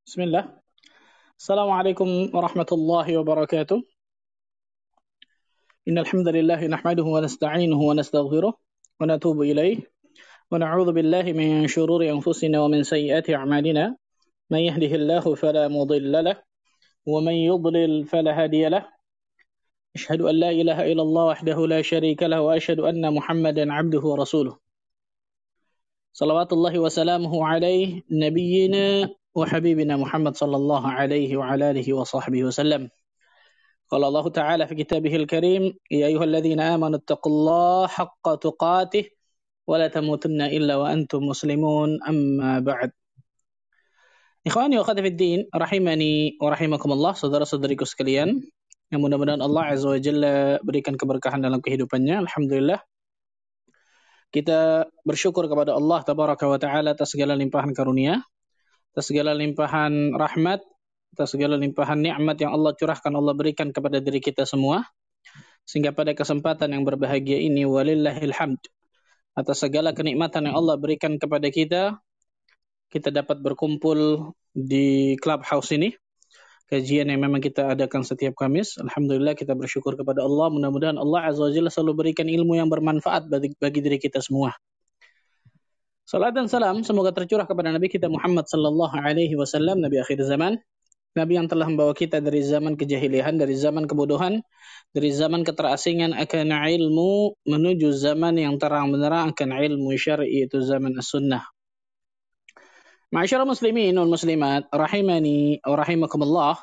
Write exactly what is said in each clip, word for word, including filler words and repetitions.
Bismillah. Assalamualaikum warahmatullahi wabarakatuh. Innal hamdalillah nahmaduhu wa nasta'inuhu wa nastaghfiruh wa natubu ilaih wa na'udzu billahi min shururi anfusina wa min sayyiati a'malina. Man yahdihillahu fala mudilla lahu wa man yudlil fala hadiya lahu. Asyhadu an la ilaha illallah wahdahu la syarika lahu wa asyhadu anna Muhammadan 'abduhu wa rasuluh. Salawatullahi wa salamuhu alaihi nabiyyina wa habibina Muhammad sallallahu alaihi wa ala alihi wa sahbihi wasallam. Qala Allah Ta'ala fi kitabihil karim, ya ayyuhalladzina amanu taqullaha haqqa tuqatih wa la tamutunna illa wa antum muslimun, amma ba'd. Ikhwani wa akhwati fid din, rahimani wa rahimakumullah, saudara-saudariku sekalian, yang mudah-mudahan Allah Azza wa Jalla berikan keberkahan dalam kehidupannya. Alhamdulillah, kita bersyukur kepada Allah Tabaraka wa Ta'ala atas segala limpahan karunia, atas segala limpahan rahmat, atas segala limpahan nikmat yang Allah curahkan, Allah berikan kepada diri kita semua, sehingga pada kesempatan yang berbahagia ini, walillahil hamd, atas segala kenikmatan yang Allah berikan kepada kita, kita dapat berkumpul di clubhouse ini, kajian yang memang kita adakan setiap Kamis. Alhamdulillah, kita bersyukur kepada Allah. Mudah-mudahan Allah Azza wa Jalla selalu berikan ilmu yang bermanfaat bagi, bagi diri kita semua. Salat dan salam semoga tercurah kepada Nabi kita Muhammad sallallahu alaihi wasallam, Nabi akhir zaman, Nabi yang telah membawa kita dari zaman kejahilian, dari zaman kebodohan, dari zaman keterasingan akan ilmu menuju zaman yang terang benderang akan ilmu syar'i, itu zaman as-sunnah. Ma'asyiral muslimin wal muslimat, rahimani wa rahimakumullah.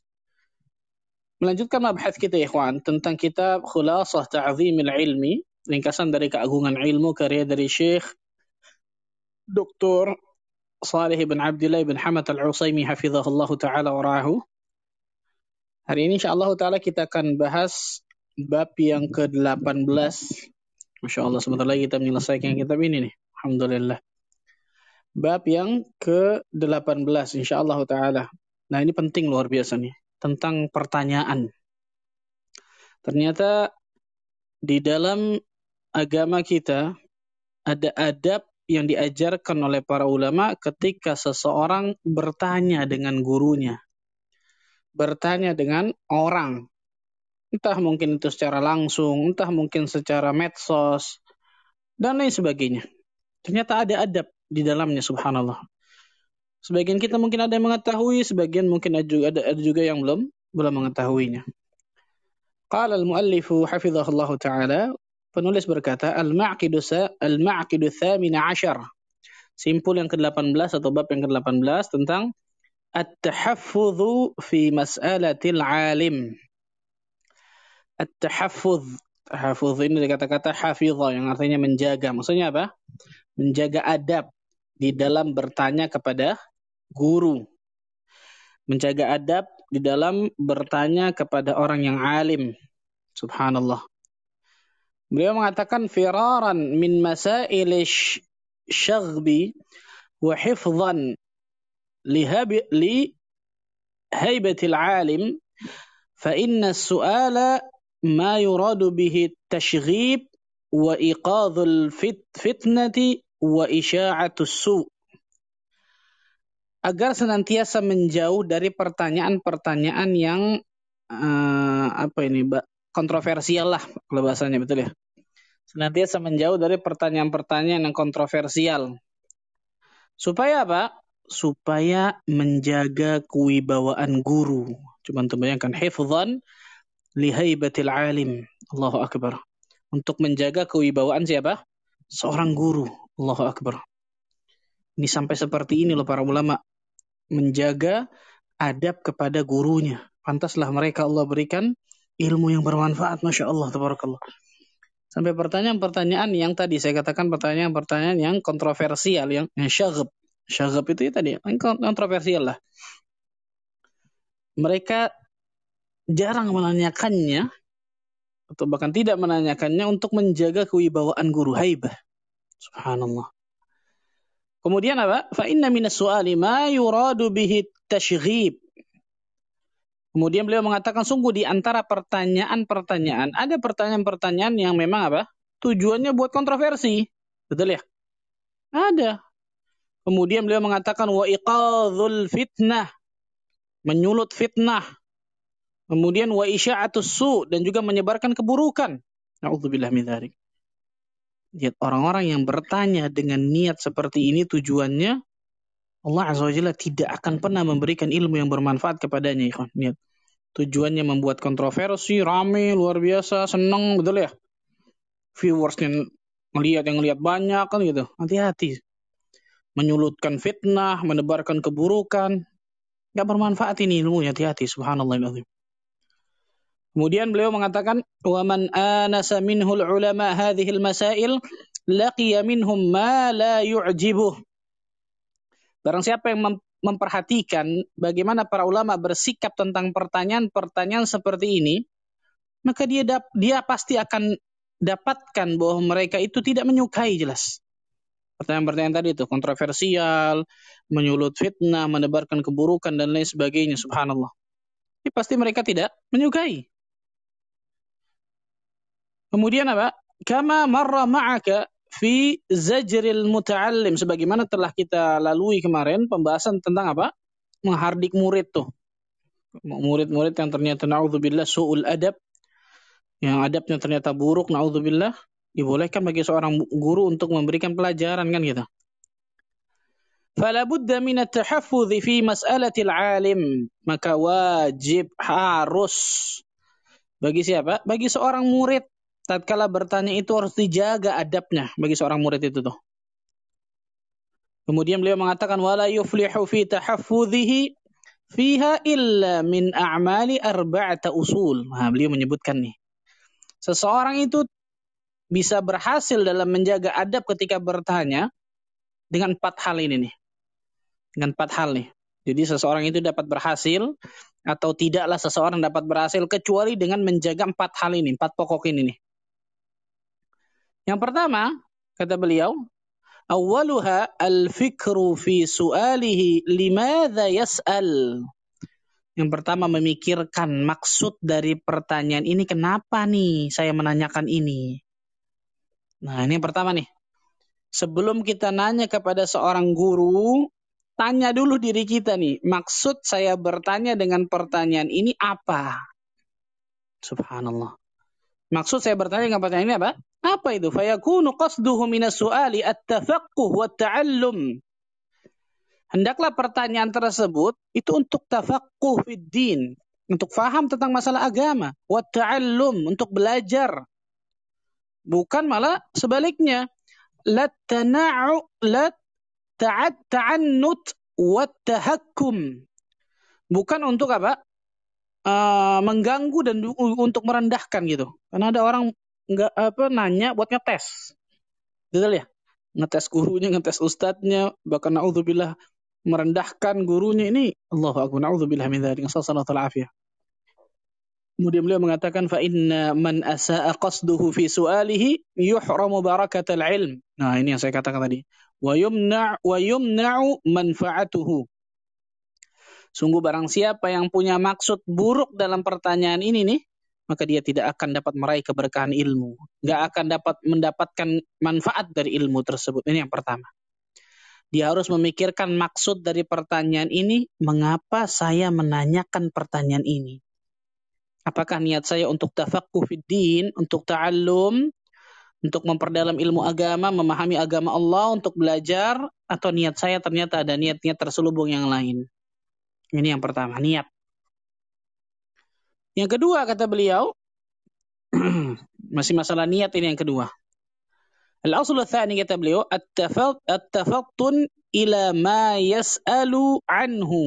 Melanjutkan mabahats kita ya ikhwan tentang kitab Khulasah Ta'zimil Ilmi, ringkasan dari keagungan ilmu, karya dari Syekh Doktor Salih bin Abdullah bin Hamad Al-Utsaimin hafizahullah ta'ala wa ra'ahu. Hari ini insyaallah ta'ala kita akan bahas bab yang ke delapan belas. Masya Allah, sebentar lagi kita menyelesaikan kitab ini nih. Alhamdulillah. Bab yang ke delapan belas insyaallah ta'ala. Nah, ini penting luar biasa nih, tentang pertanyaan. Ternyata di dalam agama kita ada adab yang diajarkan oleh para ulama ketika seseorang bertanya dengan gurunya, bertanya dengan orang, entah mungkin itu secara langsung, entah mungkin secara medsos, dan lain sebagainya. Ternyata ada adab di dalamnya, subhanallah. Sebagian kita mungkin ada yang mengetahui, sebagian mungkin ada juga, ada, ada juga yang belum belum mengetahuinya. Qala al-muallifu hafizahullahu ta'ala, penulis berkata, al-ma'qidu al-ma'qidu thamina ashar. Simpul yang ke delapan belas atau bab yang ke delapan belas tentang at-tahaffudhu fi mas'alatil alim. At-tahaffudh. Tahaffudh ini dari kata-kata hafizah yang artinya menjaga. Maksudnya apa? Menjaga adab di dalam bertanya kepada guru. Menjaga adab di dalam bertanya kepada orang yang alim. Subhanallah. Beliau mengatakan firaran min masailish syaghbi wa hifdhan li haibatil alim fa inna as-su'ala ma yuradu bihi at-tashghib wa iqadhul fit fitnati wa isya'atus su'. Agar senantiasa menjauh dari pertanyaan-pertanyaan yang uh, apa ini, kontroversial lah kalau bahasanya, betul ya. Senantiasa menjauh dari pertanyaan-pertanyaan yang kontroversial. Supaya apa? Supaya menjaga kewibawaan guru. Cuma untuk bayangkan, hifdhan li haibatil alim. Allahu akbar. Untuk menjaga kewibawaan siapa? Seorang guru. Allahu akbar. Ini sampai seperti ini loh para ulama. Menjaga adab kepada gurunya. Pantaslah mereka Allah berikan ilmu yang bermanfaat. Masya Allah, tabarakallah. Sampai pertanyaan-pertanyaan yang tadi saya katakan, pertanyaan-pertanyaan yang kontroversial, yang, yang syaghab. Syaghab itu ya tadi, yang kontroversial lah. Mereka jarang menanyakannya, atau bahkan tidak menanyakannya untuk menjaga kewibawaan guru, haibah. Subhanallah. Kemudian apa? Fa inna minas su'ali ma yuradu bihi tashghib. Kemudian beliau mengatakan sungguh di antara pertanyaan-pertanyaan ada pertanyaan-pertanyaan yang memang apa? Tujuannya buat kontroversi. Betul ya? Ada. Kemudian beliau mengatakan wa iqadzul fitnah, menyulut fitnah. Kemudian wa isya'atus su, dan juga menyebarkan keburukan. Na'udzubillah min dzalik. Lihat orang-orang yang bertanya dengan niat seperti ini, tujuannya Allah Azza wa Jalla tidak akan pernah memberikan ilmu yang bermanfaat kepadanya. Ikhwan. Lihat. Tujuannya membuat kontroversi, rame, luar biasa, senang, betul ya? Viewersnya ngelihat yang ngelihat banyak kan gitu. Hati-hati. Menyulutkan fitnah, menebarkan keburukan. Gak bermanfaat ini ilmunya, hati-hati. Subhanallahiladzim. Kemudian beliau mengatakan, وَمَنْ آنَسَ مِنْهُ الْعُلَمَاء هَذِهِ الْمَسَائِلِ لَقِيَ مِنْهُمْ مَا لَا يُعْجِبُهُ. Barang siapa yang memperhatikan bagaimana para ulama bersikap tentang pertanyaan-pertanyaan seperti ini, maka dia dia pasti akan dapatkan bahwa mereka itu tidak menyukai jelas. Pertanyaan-pertanyaan tadi itu kontroversial, menyulut fitnah, menebarkan keburukan dan lain sebagainya. Subhanallah. Ini pasti mereka tidak menyukai. Kemudian apa? Kama marra ma'aka fi zajril muta'allim, sebagaimana telah kita lalui kemarin pembahasan tentang apa? Menghardik murid tuh. Murid-murid yang ternyata na'udzubillah su'ul adab, yang adabnya ternyata buruk, na'udzubillah, dibolehkan bagi seorang guru untuk memberikan pelajaran kan gitu. Fala budda min at-tahaffuz fi mas'alatil 'alim, maka wajib harus bagi siapa? Bagi seorang murid tatkala bertanya itu harus dijaga adabnya bagi seorang murid itu tuh. Kemudian beliau mengatakan wala yuflihu fi tahaffudhihi fiha illa min a'mali arba'ata usul. Nah, beliau menyebutkan nih. Seseorang itu bisa berhasil dalam menjaga adab ketika bertanya dengan empat hal ini nih. Dengan empat hal nih. Jadi seseorang itu dapat berhasil atau tidaklah seseorang dapat berhasil kecuali dengan menjaga empat hal ini, empat pokok ini nih. Yang pertama, kata beliau, awwaluha al-fikru fi su'alihi limadha yas'al. Yang pertama memikirkan maksud dari pertanyaan ini, kenapa nih saya menanyakan ini. Nah, ini yang pertama nih. Sebelum kita nanya kepada seorang guru, tanya dulu diri kita nih, maksud saya bertanya dengan pertanyaan ini apa? Subhanallah. Maksud saya bertanya dengan pertanyaan ini apa? Apa itu? Fayakunu qasduhu minas su'ali at-tafaqquh wa ta'allum. Hendaklah pertanyaan tersebut itu untuk tafaqquh fid din, untuk faham tentang masalah agama, wa ta'allum, untuk belajar. Bukan malah sebaliknya. La tana'u la ta'ad ta'annut wa tahakkum. Bukan untuk apa? Uh, mengganggu dan untuk merendahkan gitu. Karena ada orang nggak apa nanya buat ngetes, betul ya? Ngetes gurunya, ngetes ustadznya, bahkan naudzubillah merendahkan gurunya, ini Allahu akbar, naudzubillah min dzalik, sallallahu alaihi wasallam. Kemudian beliau mengatakan fa inna man asaa qasduhu fi su'alihi yuhramu barakatal ilm. Nah, ini yang saya katakan tadi. Wa yumna' wa yumna'u manfa'atuhu. Sungguh barang siapa yang punya maksud buruk dalam pertanyaan ini nih, maka dia tidak akan dapat meraih keberkahan ilmu. Nggak akan dapat mendapatkan manfaat dari ilmu tersebut. Ini yang pertama. Dia harus memikirkan maksud dari pertanyaan ini, mengapa saya menanyakan pertanyaan ini. Apakah niat saya untuk tafaqquh fid din, untuk ta'allum, untuk memperdalam ilmu agama, memahami agama Allah, untuk belajar, atau niat saya ternyata ada niat-niat terselubung yang lain. Ini yang pertama, niat. Yang kedua kata beliau, masih masalah niat, ini yang kedua. Al-aslu tsani kata beliau, at-tafattun ila ma yas'alu anhu.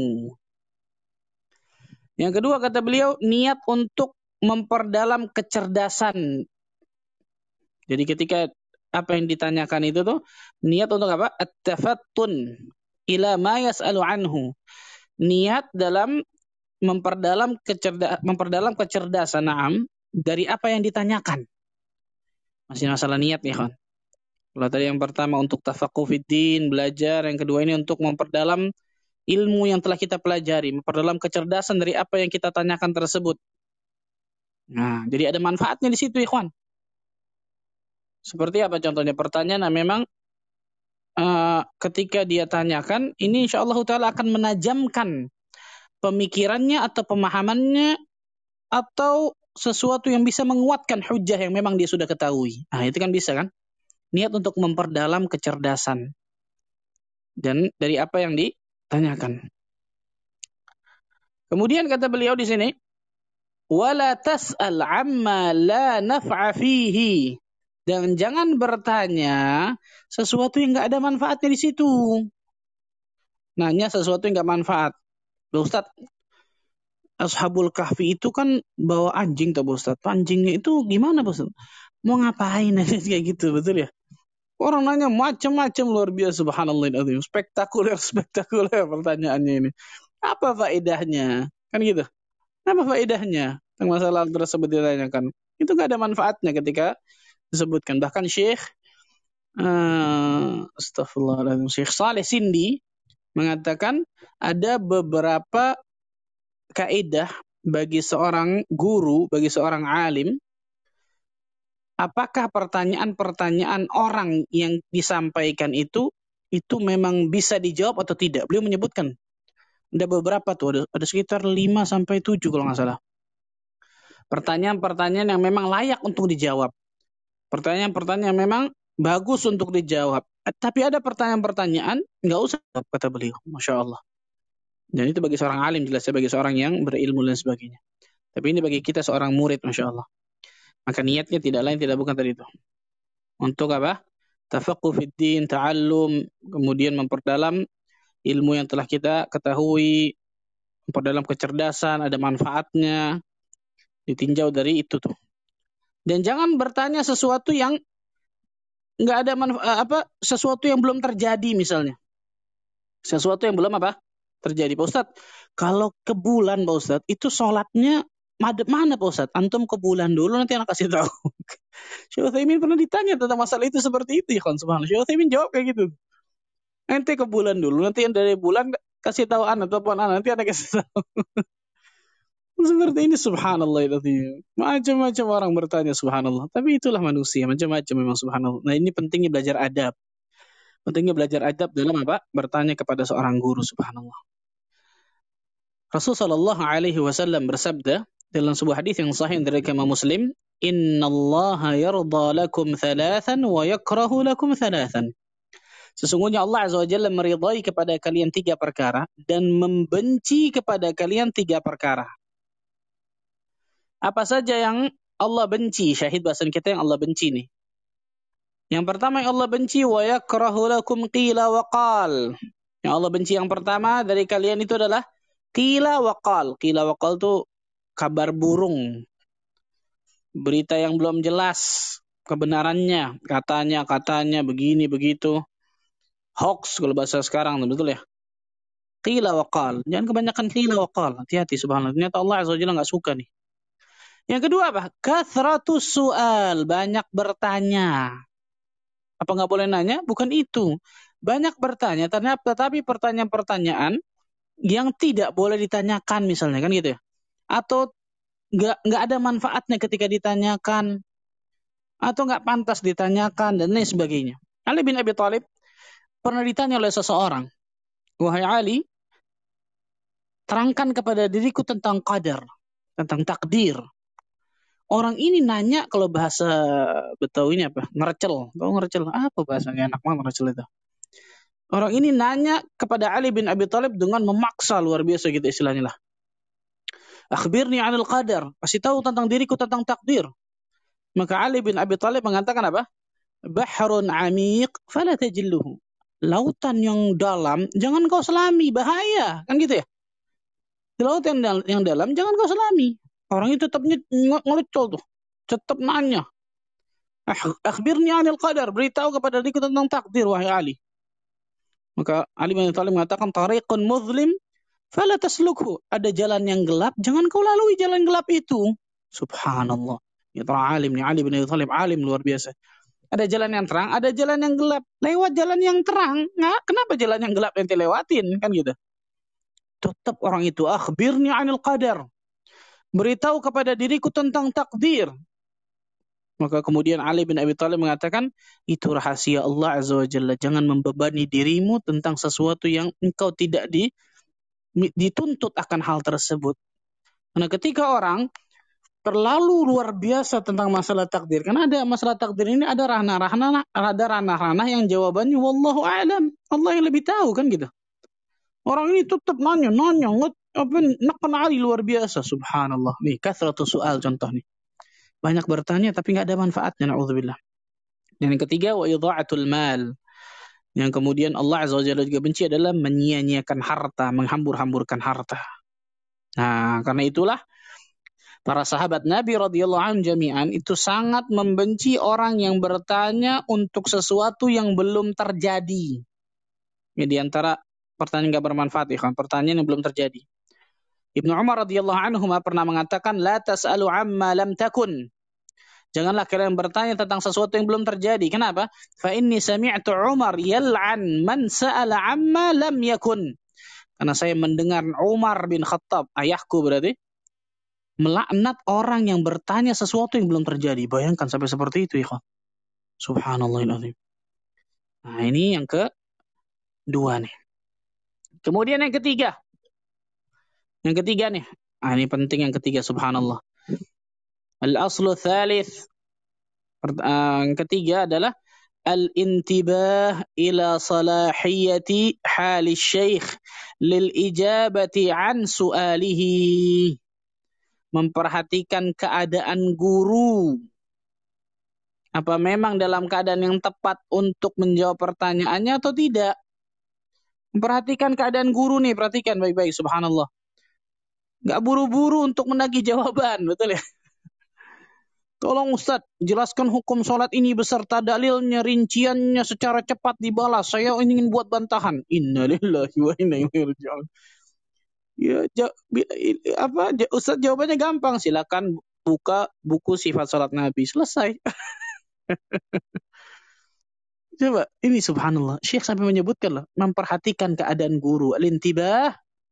Yang kedua kata beliau, niat untuk memperdalam kecerdasan. Jadi ketika apa yang ditanyakan itu tuh, niat untuk apa? At-tafattun ila ma yas'alu anhu. Niat dalam memperdalam kecerda memperdalam kecerdasan na'am dari apa yang ditanyakan. Masih masalah niat ya, kawan. Kalau tadi yang pertama untuk tafaqquh fid din, belajar, yang kedua ini untuk memperdalam ilmu yang telah kita pelajari, memperdalam kecerdasan dari apa yang kita tanyakan tersebut. Nah, jadi ada manfaatnya di situ, ikhwan. Seperti apa contohnya? Pertanyaan, nah memang uh, ketika dia tanyakan, ini insyaallah taala akan menajamkan pemikirannya atau pemahamannya atau sesuatu yang bisa menguatkan hujah yang memang dia sudah ketahui. Nah, itu kan bisa kan? Niat untuk memperdalam kecerdasan dan dari apa yang ditanyakan. Kemudian kata beliau di sini, wala tas'al amma la naf'a fihi. Dan jangan bertanya sesuatu yang enggak ada manfaatnya di situ. Nanya sesuatu yang enggak manfaat. Loh Ustaz, Ashabul Kahfi itu kan bawa anjing tuh Ustaz. Anjingnya itu gimana Ustaz? Mau ngapain kayak gitu, betul ya? Orang nanya macam-macam luar biasa, subhanallah, spektakuler spektakuler pertanyaannya ini. Apa faedahnya? Kan gitu. Apa faedahnya? Tentang masalah tersebut ditanyakan. Itu gak ada manfaatnya ketika disebutkan. Bahkan Syekh uh, Astaghfirullahaladzim, Syekh Saleh Sindi mengatakan ada beberapa kaidah bagi seorang guru, bagi seorang alim. Apakah pertanyaan-pertanyaan orang yang disampaikan itu itu memang bisa dijawab atau tidak? Beliau menyebutkan ada beberapa tuh, ada, ada sekitar lima sampai tujuh kalau nggak salah. Pertanyaan-pertanyaan yang memang layak untuk dijawab. Pertanyaan-pertanyaan yang memang bagus untuk dijawab. Tapi ada pertanyaan-pertanyaan nggak usah, kata beliau. Masya Allah. Dan itu bagi seorang alim, jelasnya bagi seorang yang berilmu dan sebagainya. Tapi ini bagi kita seorang murid, Masya Allah. Maka niatnya tidak lain, tidak bukan tadi itu. Untuk apa? Tafaqquh fid din, ta'allum, kemudian memperdalam ilmu yang telah kita ketahui, memperdalam kecerdasan, ada manfaatnya, ditinjau dari itu tuh. Dan jangan bertanya sesuatu yang enggak ada manfaat, apa, sesuatu yang belum terjadi misalnya. Sesuatu yang belum apa? Terjadi. Pak Ustadz, kalau ke bulan Pak Ustadz, itu sholatnya madep mana Pak Ustadz? Antum ke bulan dulu, nanti anak kasih tahu. Syekh Utsaimin pernah ditanya tentang masalah itu seperti itu ya kan, subhanallah. Syekh Utsaimin jawab kayak gitu. Ente ke bulan dulu, nanti yang dari bulan kasih tahu anak, telepon anak, nanti anak kasih tahu. Seperti ini, subhanallah itu. Macam-macam orang bertanya, subhanallah. Tapi itulah manusia, macam-macam memang, subhanallah. Nah, ini pentingnya belajar adab. Pentingnya belajar adab dalam apa? Bertanya kepada seorang guru, subhanallah. Rasulullah sallallahu alaihi wasallam bersabda dalam sebuah hadis yang sahih dari Imam Muslim, "Innallaha yarda lakum thalathan wa yakrahu lakum thalathan." Sesungguhnya Allah Azza wa Jalla meridai kepada kalian tiga perkara dan membenci kepada kalian tiga perkara. Apa saja yang Allah benci? Syahid bahasan kita yang Allah benci nih. Yang pertama yang Allah benci, wa yakrahu lakum qila wa qal. Yang Allah benci yang pertama dari kalian itu adalah qila wa qal. Qila wa qal itu kabar burung. Berita yang belum jelas kebenarannya, katanya, katanya begini begitu. Hoax kalau bahasa sekarang, betul ya? Qila wa qal. Jangan kebanyakan qila wa qal. Hati-hati, subhanallah. Ternyata Allah Azza wa Jalla enggak suka nih. Yang kedua apa? Kathratus su'al, banyak bertanya. Apa enggak boleh nanya? Bukan itu. Banyak bertanya, ternyata tetapi pertanyaan-pertanyaan yang tidak boleh ditanyakan misalnya, kan gitu ya. Atau enggak enggak ada manfaatnya ketika ditanyakan, atau enggak pantas ditanyakan dan lain sebagainya. Ali bin Abi Thalib pernah ditanya oleh seseorang, "Wahai Ali, terangkan kepada diriku tentang qadar, tentang takdir." Orang ini nanya, kalau bahasa Betawi ini apa? Ngerecel. Tahu ngerecel? Apa bahasanya? Enak banget ngerecel itu. Orang ini nanya kepada Ali bin Abi Thalib dengan memaksa luar biasa gitu istilahnya lah. Akhbirni 'anil qadar. Kasih tahu tentang diriku tentang takdir. Maka Ali bin Abi Thalib mengatakan apa? Bahrun 'amiq fala tajilluhu. Lautan yang dalam jangan kau selami, bahaya. Kan gitu ya? Di laut yang, dal- yang dalam jangan kau selami. Orang itu tetap ngelecol tuh. Tetap nanya. Akhbirni 'anil qadar. Beritahu kepada diriku tentang takdir, wahai Ali. Maka Ali bin Abi Thalib mengatakan, tariqun muzlim fala taslukhu. Ada jalan yang gelap, jangan kau lalui jalan gelap itu. Subhanallah. Ya alim nih, Ali bin Abi Thalib alim luar biasa. Ada jalan yang terang, ada jalan yang gelap. Lewat jalan yang terang, nggak? Kenapa jalan yang gelap yang dilewatin? Kan gitu. Tetap orang itu, akhbirni 'anil qadar. Beritahu kepada diriku tentang takdir. Maka kemudian Ali bin Abi Thalib mengatakan, itu rahasia Allah Azza wa Jalla. Jangan membebani dirimu tentang sesuatu yang engkau tidak di, dituntut akan hal tersebut. Karena ketika orang terlalu luar biasa tentang masalah takdir, karena ada masalah takdir ini ada ranah-ranah, ada ranah-ranah yang jawabannya wallahu a'lam, Allah yang lebih tahu kan gitu. Orang ini tetap nanya, nanya, apa nakan Ali luar biasa, subhanallah. Nih, kathratu soal contoh nih. Banyak bertanya tapi nggak ada manfaatnya, na'udzubillah. Dan yang ketiga, wa idha'atul mal. Yang kemudian Allah Azza wa Jalla juga benci adalah menyia-nyiakan harta, menghambur-hamburkan harta. Nah, karena itulah para sahabat Nabi radhiyallahu anhum jami'an itu sangat membenci orang yang bertanya untuk sesuatu yang belum terjadi. Ya, di antara pertanyaan nggak bermanfaat, ya kan? Pertanyaan yang belum terjadi. Ibnu Umar radhiyallahu anhu pernah mengatakan, la tas'alu amma lam takun. Janganlah kalian bertanya tentang sesuatu yang belum terjadi. Kenapa? Fa inni sami'tu Umar yal'an man sa'ala amma lam yakun. Karena saya mendengar Umar bin Khattab, ayahku berarti, melaknat orang yang bertanya sesuatu yang belum terjadi. Bayangkan sampai seperti itu, ya. Subhanallahilazim. Nah, ini yang kedua nih. Kemudian yang ketiga. Yang ketiga nih. Ah, ini penting yang ketiga, subhanallah. Al-aslu thalith. Yang ketiga adalah al-intibah ila salahiyati hali syekh lil ijabati an su'alihi. Memperhatikan keadaan guru. Apa memang dalam keadaan yang tepat untuk menjawab pertanyaannya atau tidak? Memperhatikan keadaan guru nih, perhatikan baik-baik, subhanallah. Gak buru-buru untuk menagih jawaban, betul ya? Tolong Ustaz, jelaskan hukum sholat ini beserta dalilnya, rinciannya secara cepat dibalas. Saya ingin buat bantahan. Innalillahi wa inna ilaihi raji'un. Ya, ja- apa Ustaz jawabannya gampang, silakan buka buku sifat sholat Nabi. Selesai. Coba, ini subhanallah. Syekh sampai menyebutkan lah, memperhatikan keadaan guru. Al-intibah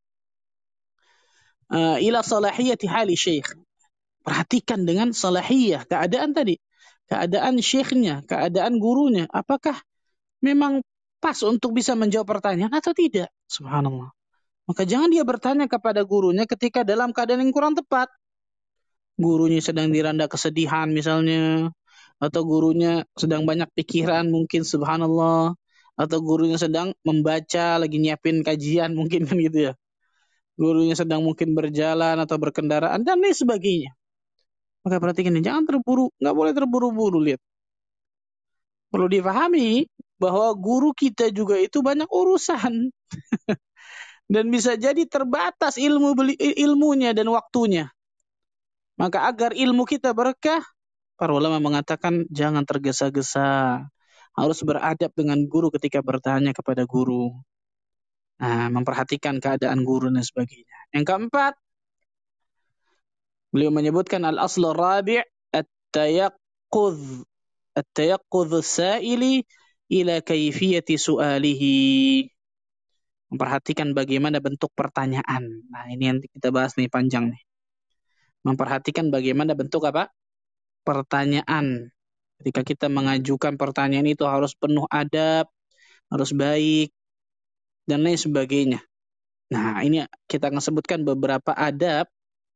uh, ila salahiyati hali syekh. Perhatikan dengan salahiyah, keadaan tadi. Keadaan syekhnya, keadaan gurunya. Apakah memang pas untuk bisa menjawab pertanyaan atau tidak? Subhanallah. Maka jangan dia bertanya kepada gurunya ketika dalam keadaan yang kurang tepat. Gurunya sedang diranda kesedihan misalnya. Atau gurunya sedang banyak pikiran mungkin, subhanallah. Atau gurunya sedang membaca, lagi nyiapin kajian mungkin kan gitu ya. Gurunya sedang mungkin berjalan atau berkendaraan dan lain sebagainya. Maka perhatikan, jangan terburu, nggak boleh terburu-buru, lihat. Perlu difahami bahwa guru kita juga itu banyak urusan. Dan bisa jadi terbatas ilmu ilmunya dan waktunya. Maka agar ilmu kita berkah, para ulama mengatakan jangan tergesa-gesa. Harus beradab dengan guru ketika bertanya kepada guru. Nah, memperhatikan keadaan guru dan sebagainya. Yang keempat, beliau menyebutkan al-aslu rabi' at-tayaqqudh at-tayaqqudh as-sa'ili ila kayfiyati su'alihi. Memperhatikan bagaimana bentuk pertanyaan. Nah, ini yang kita bahas nih panjang nih. Memperhatikan bagaimana bentuk apa? Pertanyaan. Ketika kita mengajukan pertanyaan itu harus penuh adab, harus baik, dan lain sebagainya. Nah, ini kita akan sebutkan beberapa adab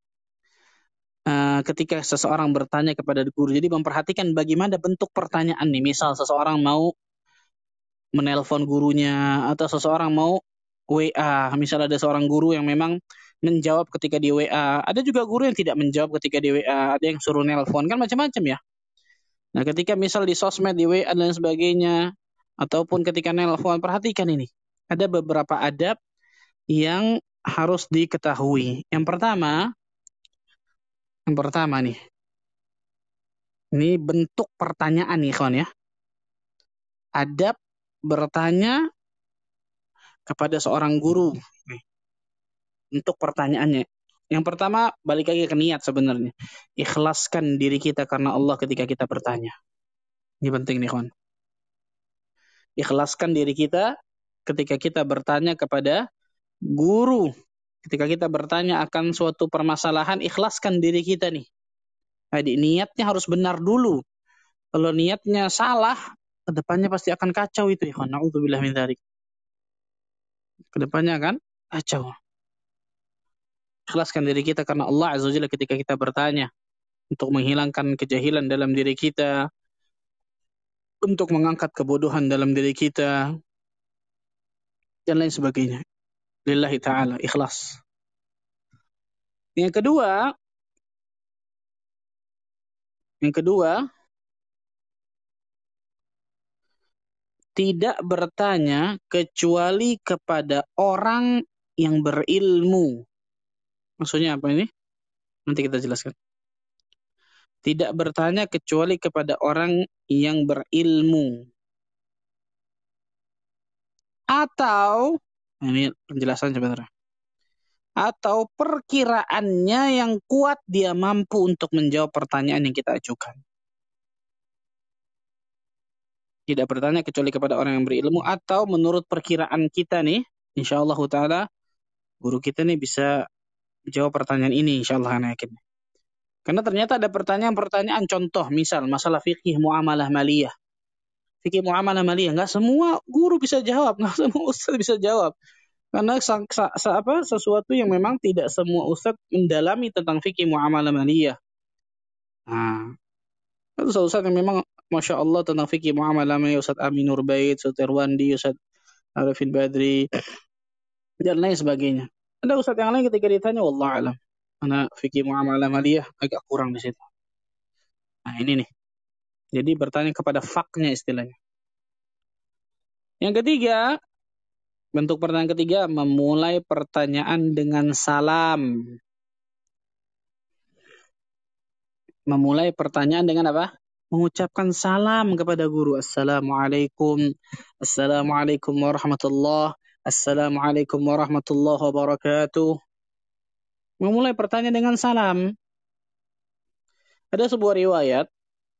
Uh, ketika seseorang bertanya kepada guru. Jadi memperhatikan bagaimana bentuk pertanyaan nih. Misal seseorang mau menelpon gurunya atau seseorang mau W A. Misal ada seorang guru yang memang menjawab ketika di W A. Ada juga guru yang tidak menjawab ketika di W A. Ada yang suruh nelpon. Kan macam-macam ya. Nah, ketika misal di sosmed, di W A dan sebagainya, ataupun ketika nelpon, perhatikan ini. Ada beberapa adab yang harus diketahui. Yang pertama, Yang pertama nih, ini bentuk pertanyaan nih kawan ya. Adab bertanya kepada seorang guru. Nih, bentuk pertanyaannya. Yang pertama, balik lagi ke niat sebenarnya. Ikhlaskan diri kita karena Allah ketika kita bertanya. Ini penting nih kawan. Ikhlaskan diri kita ketika kita bertanya kepada guru. Ketika kita bertanya akan suatu permasalahan, ikhlaskan diri kita nih. Jadi niatnya harus benar dulu. Kalau niatnya salah, kedepannya pasti akan kacau itu, ikhwan. Na'udzubillah min dzalik. Kedepannya akan kacau. Ikhlaskan diri kita karena Allah Azza wa Jalla ketika kita bertanya, untuk menghilangkan kejahilan dalam diri kita, untuk mengangkat kebodohan dalam diri kita, dan lain sebagainya. Lillahi ta'ala, ikhlas. Yang kedua, yang kedua, tidak bertanya kecuali kepada orang yang berilmu. Maksudnya apa ini? Nanti kita jelaskan. Tidak bertanya kecuali kepada orang yang berilmu. Atau, ini penjelasan sebenarnya. Atau perkiraannya yang kuat dia mampu untuk menjawab pertanyaan yang kita ajukan. Tidak bertanya kecuali kepada orang yang berilmu, atau menurut perkiraan kita nih, insyaallah ta'ala, guru kita nih bisa jawab pertanyaan ini, insyaallah ana yakin. Karena ternyata ada pertanyaan-pertanyaan, contoh, misal masalah fikih muamalah maliyah. Fikih muamalah maliyah, nggak semua guru bisa jawab, nggak semua ustaz bisa jawab. Karena sa, sa, sa, apa, sesuatu yang memang tidak semua ustaz mendalami tentang fikih muamalah maliyah. Nah, ustaz-ustaz yang memang Masya Allah tentang fikih muamalah maliyah, Ustaz Aminur Bait, Ustaz Irwandi, Ustaz Arifin Badri, dan lain sebagainya. Ada ustaz yang lain ketika ditanya, wallah alam, karena fikih muamalah maliyah agak kurang di situ. Nah ini nih. Jadi bertanya kepada faknya istilahnya. Yang ketiga, bentuk pertanyaan ketiga, memulai pertanyaan dengan salam. Memulai pertanyaan dengan apa? Mengucapkan salam kepada guru. Assalamualaikum. Assalamualaikum warahmatullahi. Assalamualaikum warahmatullahi wabarakatuh. Memulai pertanyaan dengan salam. Ada sebuah riwayat.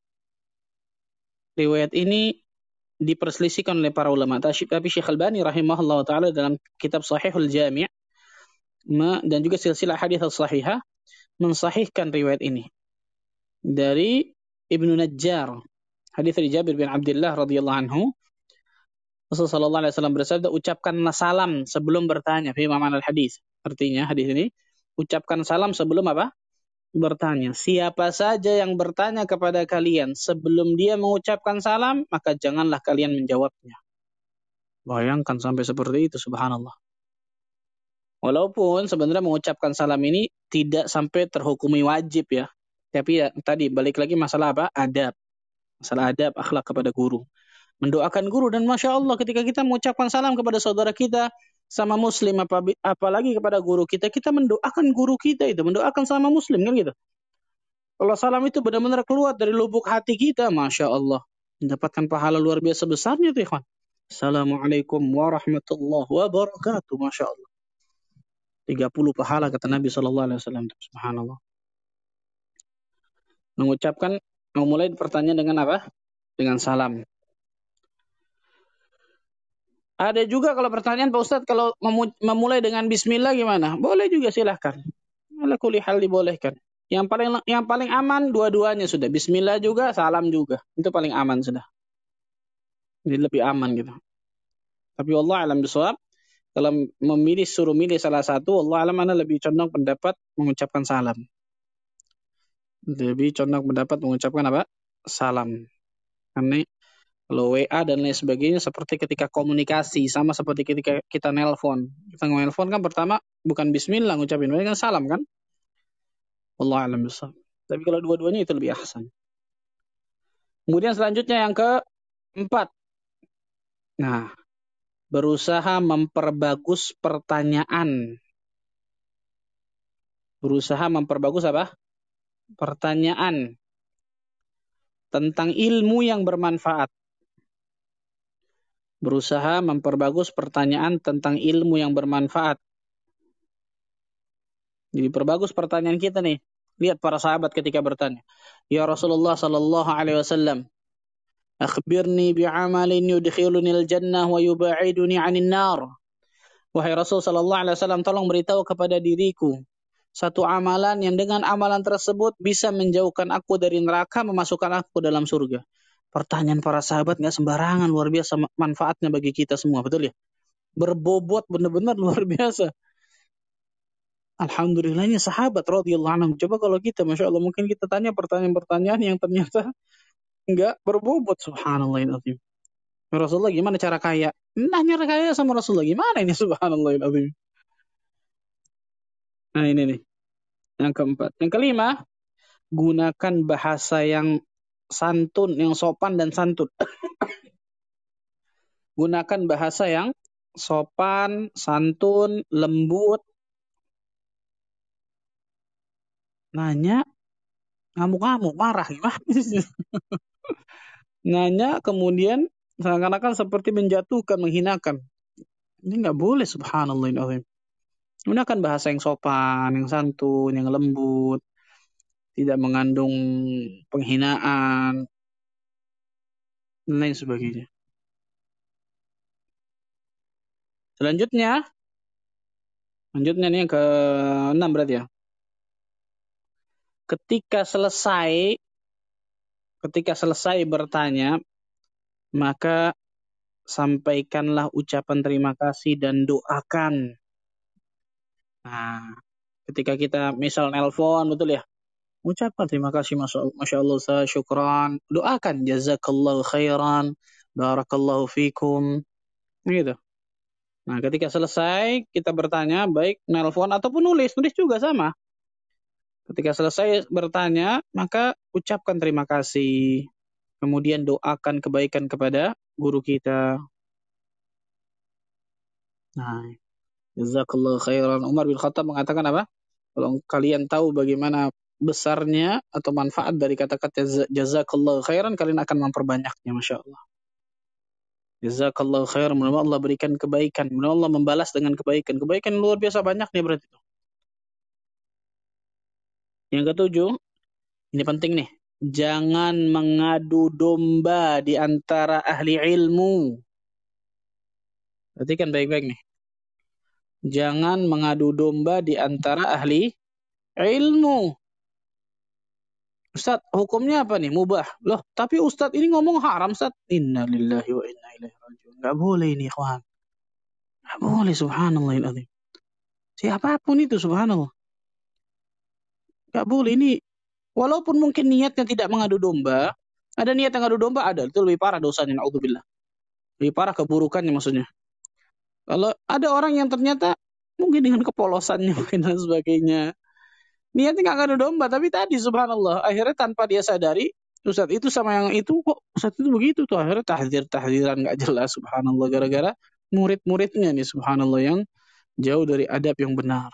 Riwayat ini diperselisihkan oleh para ulama. Tapi Syekh Albani rahimahullah ta'ala dalam kitab Sahihul Jami' dan juga silsilah hadits as-sahihah mensahihkan riwayat ini. Dari Ibnu Najjar. Hadits dari Jabir bin Abdullah radhiyallahu anhu. Rasulullah sallallahu alaihi wasallam bersabda, ucapkanlah salam sebelum bertanya. Fi ma'na al-hadis. Artinya hadis ini, ucapkan salam sebelum apa? Bertanya. Siapa saja yang bertanya kepada kalian sebelum dia mengucapkan salam, maka janganlah kalian menjawabnya. Bayangkan sampai seperti itu, subhanallah. Walaupun sebenarnya mengucapkan salam ini tidak sampai terhukumi wajib ya. Tapi ya tadi balik lagi masalah apa? Adab. Masalah adab, akhlak kepada guru. Mendoakan guru, dan Masya Allah ketika kita mengucapkan salam kepada saudara kita sama muslim, apalagi kepada guru kita, kita mendoakan guru kita itu, mendoakan sama muslim kan gitu. Kalau salam itu benar-benar keluar dari lubuk hati kita, Masya Allah, mendapatkan pahala luar biasa besarnya tuh ikhwan. Assalamualaikum warahmatullahi wabarakatuh. Masya Allah. tiga puluh pahala kata Nabi shallallahu alaihi wasallam. Subhanallah. Mengucapkan, memulai pertanyaan dengan apa? Dengan salam. Ada juga kalau pertanyaan Pak Ustadz, kalau memulai dengan bismillah gimana? Boleh juga, silahkan. Ala kulli hal dibolehkan. Yang paling yang paling aman dua-duanya sudah. Bismillah juga, salam juga. Itu paling aman sudah. Jadi lebih aman gitu. Tapi Allah alam bisawab, kalau memilih suruh milih salah satu, Allah alam ana lebih condong pendapat mengucapkan salam. Lebih condong pendapat mengucapkan apa? Salam. Karena kalau W A dan lain sebagainya seperti ketika komunikasi, sama seperti ketika kita nelpon. Kita nelpon kan pertama bukan bismillah ngucapin, mereka kan salam kan? Allah alam bisawab. Tapi kalau dua-duanya itu lebih ahsan. Kemudian selanjutnya yang keempat. Nah, berusaha memperbagus pertanyaan. Berusaha memperbagus apa? Pertanyaan tentang ilmu yang bermanfaat. Berusaha memperbagus pertanyaan tentang ilmu yang bermanfaat. Jadi perbagus pertanyaan kita nih. Lihat para sahabat ketika bertanya, ya Rasulullah sallallahu alaihi wasallam, akhbirni bi'amalin yudkhiluni al-jannah wa yuba'iduni 'anil nar. Wahai Rasul sallallahu alaihi wasallam, tolong beritahu kepada diriku satu amalan yang dengan amalan tersebut bisa menjauhkan aku dari neraka, memasukkan aku dalam surga. Pertanyaan para sahabat nggak sembarangan, luar biasa manfaatnya bagi kita semua, betul ya? Berbobot benar-benar luar biasa. Alhamdulillahnya sahabat radhiyallahu anhum. Coba kalau kita, masya Allah, mungkin kita tanya pertanyaan-pertanyaan yang ternyata nggak berbobot. Subhanallahiladzim. Rasulullah gimana cara kaya? Nanya kaya sama Rasulullah gimana ini, subhanallahiladzim. Nah ini nih, yang keempat. Yang kelima, gunakan bahasa yang santun, yang sopan dan santun. Gunakan bahasa yang sopan, santun, lembut. Nanya, ngamuk-ngamuk, marah gimana? Nanya kemudian seakan-akan seperti menjatuhkan, menghinakan. Ini nggak boleh, subhanallah. Gunakan bahasa yang sopan, yang santun, yang lembut, tidak mengandung penghinaan, dan lain sebagainya. Selanjutnya, selanjutnya nih yang ke enam berarti ya. Ketika selesai, ketika selesai bertanya, maka sampaikanlah ucapan terima kasih dan doakan. Nah, ketika kita misal nelpon, betul ya, ucapkan terima kasih, masya, masya Allah, saya syukran, doakan jazakallahu khairan, barakallahu fikum, gitu. Nah, ketika selesai kita bertanya, baik nelpon ataupun nulis, nulis juga sama. Ketika selesai bertanya, maka ucapkan terima kasih. Kemudian doakan kebaikan kepada guru kita. Nah, jazakallahu khairan. Umar bin Khattab mengatakan apa? Kalau kalian tahu bagaimana besarnya atau manfaat dari kata-kata jazakallahu khairan, kalian akan memperbanyaknya, masya Allah. Jazakallahu khairan, mudah-mudahan Allah berikan kebaikan, mudah-mudahan Allah membalas dengan kebaikan. Kebaikan luar biasa banyaknya berarti itu. Yang ketujuh, ini penting nih. Jangan mengadu domba di antara ahli ilmu. Perhatikan baik-baik nih. Jangan mengadu domba di antara ahli ilmu. Ustaz, hukumnya apa nih? Mubah. Loh, tapi Ustaz ini ngomong haram, Ustaz. Inna lillahi wa inna ilaihi raji'un. Gak boleh ini, ikhwan. Gak boleh, subhanallahiladzim. Siapapun itu, subhanallah. Gak boleh ini. Walaupun mungkin niatnya tidak mengadu domba, ada niat yang mengadu domba, ada. Itu lebih parah dosanya, na'udzubillah. Lebih parah keburukannya maksudnya. Kalau ada orang yang ternyata mungkin dengan kepolosannya dan sebagainya, niatnya nggak ngadu domba, tapi tadi subhanallah, akhirnya tanpa dia sadari, Ustaz itu sama yang itu, kok Ustaz itu begitu tuh, akhirnya tahdir-tahdiran nggak jelas, subhanallah, gara-gara murid-muridnya nih, subhanallah, yang jauh dari adab yang benar.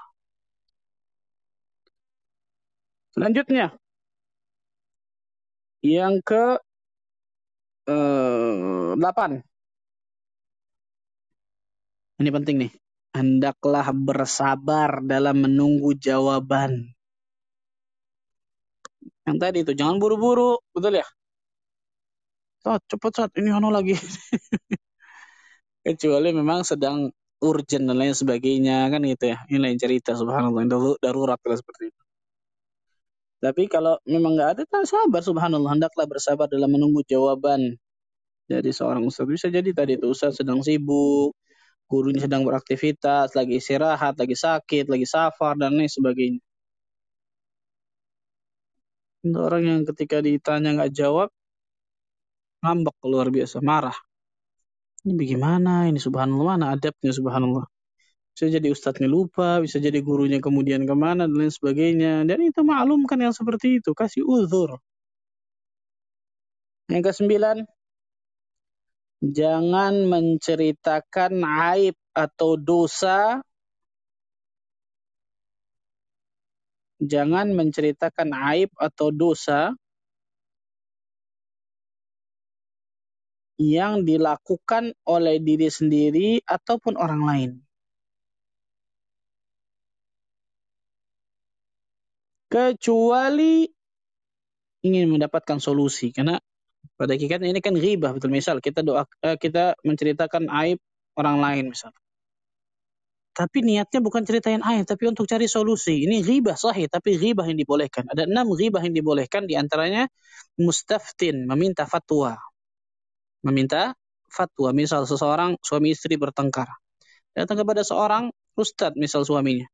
Selanjutnya, yang ke eh, delapan. Ini penting nih. Hendaklah bersabar dalam menunggu jawaban. Yang tadi itu, jangan buru-buru, betul ya? Sat, cepet Sat, ini ono lagi. Kecuali memang sedang urgent dan lain sebagainya, kan gitu ya. Ini lain cerita, subhanallah, darurat lah seperti itu. Tapi kalau memang nggak ada, tak sabar, subhanallah. Hendaklah bersabar dalam menunggu jawaban dari seorang ustaz. Bisa jadi tadi itu ustaz sedang sibuk, gurunya sedang beraktivitas, lagi istirahat, lagi sakit, lagi safar, dan lain sebagainya. Untuk orang yang ketika ditanya nggak jawab, ngambek luar biasa, marah. Ini bagaimana? Ini subhanallah, mana adabnya, subhanallah. Bisa jadi ustadznya lupa, bisa jadi gurunya kemudian kemana, dan lain sebagainya. Dan itu maklumkan yang seperti itu, kasih uzur. Yang kesembilan, jangan menceritakan aib atau dosa. Jangan menceritakan aib atau dosa yang dilakukan oleh diri sendiri ataupun orang lain. Kecuali ingin mendapatkan solusi. Karena pada hakikatnya ini kan ghibah, betul. Misal kita doa, kita menceritakan aib orang lain misal. tapi niatnya bukan ceritain aib, tapi untuk cari solusi. Ini ghibah sahih, tapi ghibah yang dibolehkan. Ada enam ghibah yang dibolehkan, diantaranya mustaftin, meminta fatwa. Meminta fatwa, misal seseorang suami istri bertengkar. Datang kepada seorang ustadz, misal suaminya.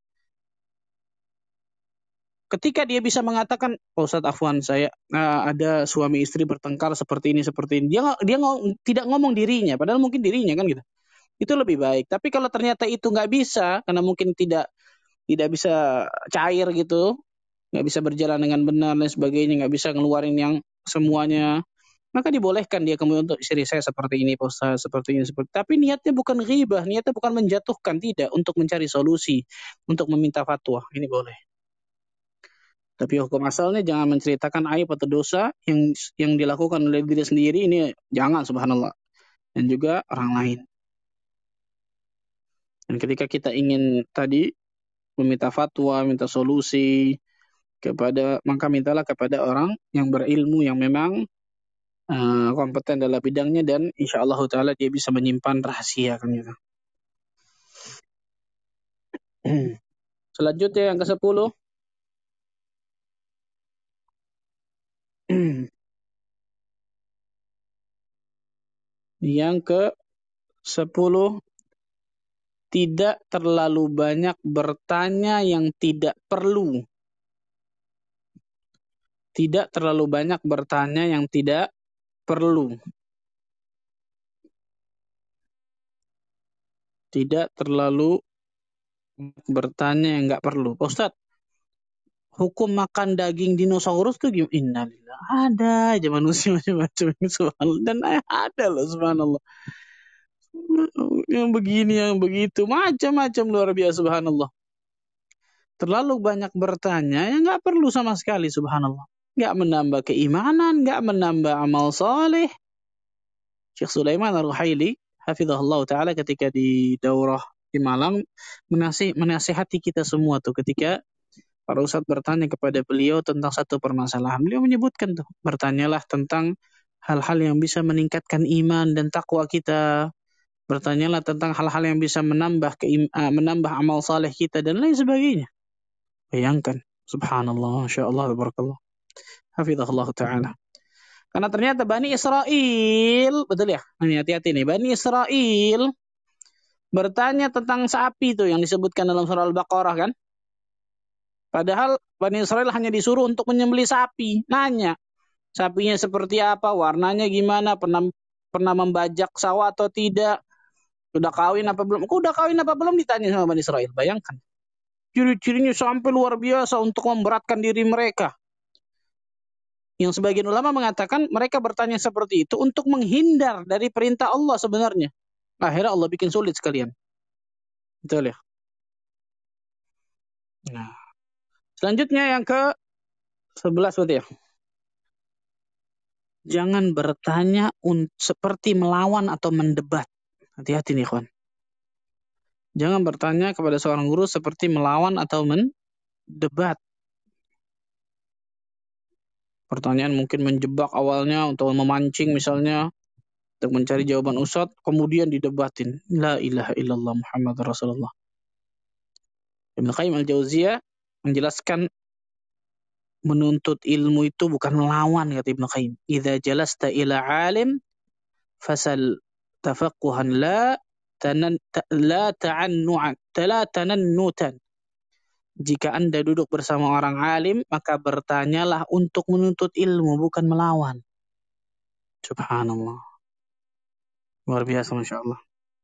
Ketika dia bisa mengatakan, oh, Ustadz Afwan, saya uh, ada suami istri bertengkar seperti ini, seperti ini. Dia dia ngom, tidak ngomong dirinya, padahal mungkin dirinya kan gitu. Itu lebih baik. Tapi kalau ternyata itu nggak bisa, karena mungkin tidak tidak bisa cair gitu, nggak bisa berjalan dengan benar dan sebagainya, nggak bisa ngeluarin yang semuanya, maka dibolehkan dia kemudian untuk istri saya seperti ini, Pak Ustaz, seperti ini, seperti. Tapi niatnya bukan ghibah, niatnya bukan menjatuhkan, tidak, untuk mencari solusi, untuk meminta fatwa, ini boleh. Tapi hukum asalnya jangan menceritakan aib atau dosa yang yang dilakukan oleh diri sendiri, ini jangan, subhanallah. Dan juga orang lain. Dan ketika kita ingin tadi meminta fatwa, minta solusi kepada, maka mintalah kepada orang yang berilmu, yang memang uh, kompeten dalam bidangnya, dan insya Allah Taala dia bisa menyimpan rahasia kan gitu. Selanjutnya yang ke sepuluh. Yang ke sepuluh, tidak terlalu banyak bertanya yang tidak perlu. Tidak terlalu banyak bertanya yang tidak perlu. Tidak terlalu bertanya yang nggak perlu. Pak Ustadz, hukum makan daging dinosaurus tuh gimana? Innalillah. Ada aja manusia macam-macam, subhanallah. Dan ada loh, subhanallah. Yang begini, yang begitu, macam-macam, luar biasa, subhanallah. Terlalu banyak bertanya yang nggak perlu sama sekali, subhanallah. Nggak menambah keimanan, nggak menambah amal soleh. Syekh Sulaiman Ar-Ruhaili, hafizahullah ta'ala, ketika di daurah di Malang, menasih, menasihati kita semua tuh ketika para ustadz bertanya kepada beliau tentang satu permasalahan. Beliau menyebutkan tuh, bertanyalah tentang hal-hal yang bisa meningkatkan iman dan takwa kita. Bertanyalah tentang hal-hal yang bisa menambah keim- uh, menambah amal saleh kita dan lain sebagainya. Bayangkan, subhanallah, masyaallah, barakallah. Hafizahullah ta'ala. Karena ternyata Bani Israel, betul ya? Ini hati-hati nih, Bani Israel bertanya tentang sapi tuh yang disebutkan dalam surah Al-Baqarah kan? Padahal Bani Israel hanya disuruh untuk menyembelih sapi. Nanya, sapinya seperti apa, warnanya gimana, pernah pernah membajak sawah atau tidak, sudah kawin apa belum? Kok udah kawin apa belum ditanya sama Bani Israel. Bayangkan. Ciri-cirinya sampai luar biasa untuk memberatkan diri mereka. Yang sebagian ulama mengatakan mereka bertanya seperti itu untuk menghindar dari perintah Allah sebenarnya. Akhirnya Allah bikin sulit sekalian. Betul ya? Nah, selanjutnya yang ke sebelas berarti ya. Jangan bertanya un- seperti melawan atau mendebat. Hati-hati nih, kawan. Jangan bertanya kepada seorang guru seperti melawan atau mendebat. Pertanyaan mungkin menjebak awalnya untuk memancing misalnya, untuk mencari jawaban ustadz, kemudian didebatin. La ilaha illallah Muhammad Rasulullah. Ibnu Qayyim Al-Jauziyah menjelaskan menuntut ilmu itu bukan melawan, kata Ibnu Qayyim. Idza jalasta ila alim fasal tafaqquhan la tanan la ta'annu'an la tanannutan. Jika Anda duduk bersama orang alim, maka bertanyalah untuk menuntut ilmu, bukan melawan. Subhanallah. Luar biasa, Masya Allah.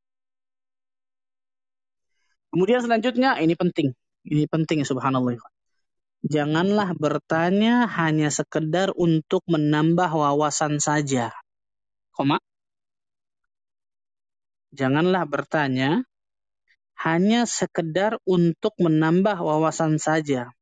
Kemudian selanjutnya, ini penting. Ini penting, subhanallah. Janganlah bertanya hanya sekedar untuk menambah wawasan saja. Koma. Janganlah bertanya hanya sekedar untuk menambah wawasan saja.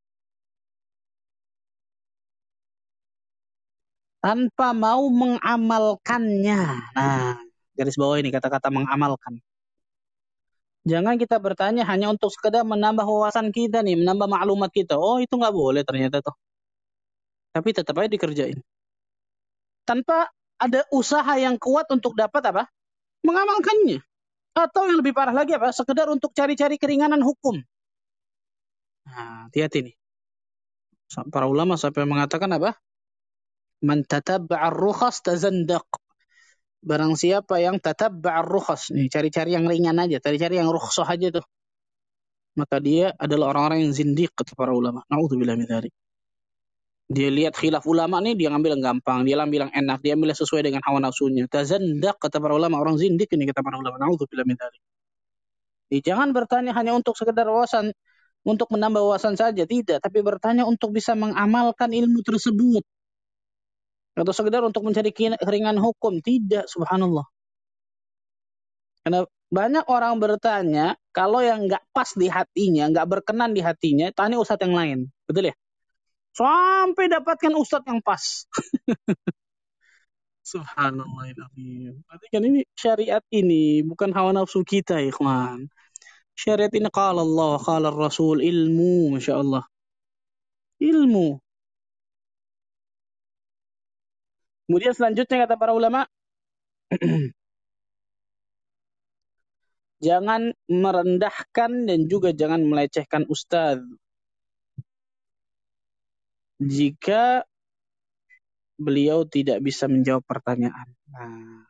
Tanpa mau mengamalkannya. Nah, garis bawah ini kata-kata mengamalkan. Jangan kita bertanya hanya untuk sekedar menambah wawasan kita nih, menambah maklumat kita. Oh, itu nggak boleh ternyata tuh. Tapi tetap aja dikerjain. Tanpa ada usaha yang kuat untuk dapat apa? Mengamalkannya. Atau yang lebih parah lagi apa? Sekedar untuk cari-cari keringanan hukum. Nah, hati-hati nih. Para ulama sampai mengatakan apa? Man tatabba'a ar-rukhas tazandaq. Barang siapa yang tatabba'a ar-rukhas, nih cari-cari yang ringan aja, cari-cari yang rukhsah aja tuh, maka dia adalah orang-orang yang zindiq kata para ulama. Nauzubillah min dzalik. Dia lihat khilaf ulama nih, dia ngambil yang gampang, dia ambil yang enak, dia ambil yang sesuai dengan hawa nafsunya. Tazandaq kata para ulama, orang zindik ini kata para ulama. Nauzubillah min dzalik. Jadi, jangan bertanya hanya untuk sekedar wawasan, untuk menambah wawasan saja, tidak, tapi bertanya untuk bisa mengamalkan ilmu tersebut. Atau sekedar untuk mencari keringan hukum, tidak, subhanallah. Karena banyak orang bertanya, kalau yang nggak pas di hatinya, nggak berkenan di hatinya, tanya ustadz yang lain. Betul ya? Sampai dapatkan ustadz yang pas. Subhanallah. Berarti kan ini syariat ini bukan hawa nafsu kita, ikhwan. Syariat ini qala Allah, qala Rasul, ilmu, Masya Allah. Ilmu. Kemudian selanjutnya kata para ulama, jangan merendahkan dan juga jangan melecehkan ustadz. Jika beliau tidak bisa menjawab pertanyaan. Nah,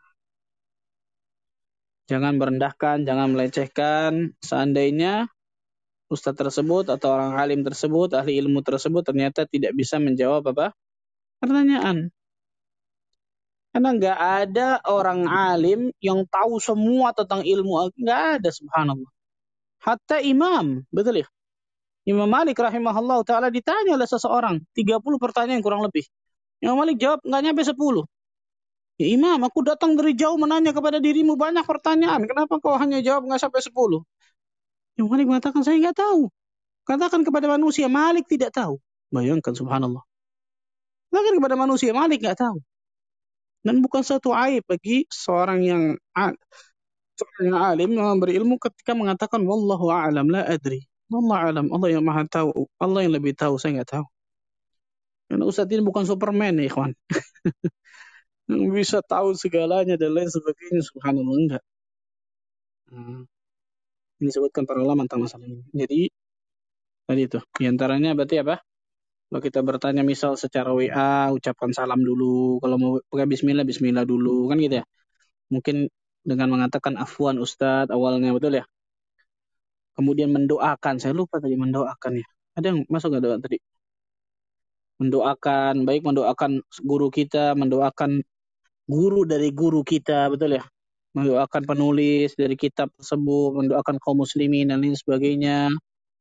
jangan merendahkan, jangan melecehkan. Seandainya ustadz tersebut atau orang alim tersebut, ahli ilmu tersebut ternyata tidak bisa menjawab apa? Pertanyaan. Karena nggak ada orang alim yang tahu semua tentang ilmu. Nggak ada, subhanallah. Hatta imam, betul ya? Imam Malik rahimahullah ta'ala ditanya oleh seseorang. tiga puluh pertanyaan kurang lebih. Imam Malik jawab nggak nyampe sepuluh. Ya imam, aku datang dari jauh menanya kepada dirimu banyak pertanyaan. Kenapa kau hanya jawab nggak sampai sepuluh? Imam Malik mengatakan, saya nggak tahu. Katakan kepada manusia, Malik tidak tahu. Bayangkan, subhanallah. Katakan kepada manusia, Malik nggak tahu. Dan bukan satu aib bagi seorang yang seorang yang alim yang berilmu ketika mengatakan wallahu a'lam la adri. Allah alam, Allah yang maha tahu, Allah yang lebih tahu, saya nggak tahu. Karena Ustaz ini bukan Superman ya, ikhwan. Yang bisa tahu segalanya dan lain sebagainya, subhanallah, enggak. Hmm. Ini disebutkan para ulama tentang masalah ini. Jadi tadi itu, diantaranya berarti apa? Kalau kita bertanya misal secara W A, ucapkan salam dulu. Kalau mau pakai bismillah, bismillah dulu. Kan gitu ya. Mungkin dengan mengatakan afwan Ustadz awalnya, betul ya. Kemudian mendoakan. Saya lupa tadi mendoakan ya. Ada yang masuk nggak doa tadi? Mendoakan, baik mendoakan guru kita, mendoakan guru dari guru kita, betul ya. Mendoakan penulis dari kitab tersebut, mendoakan kaum muslimin dan lain sebagainya.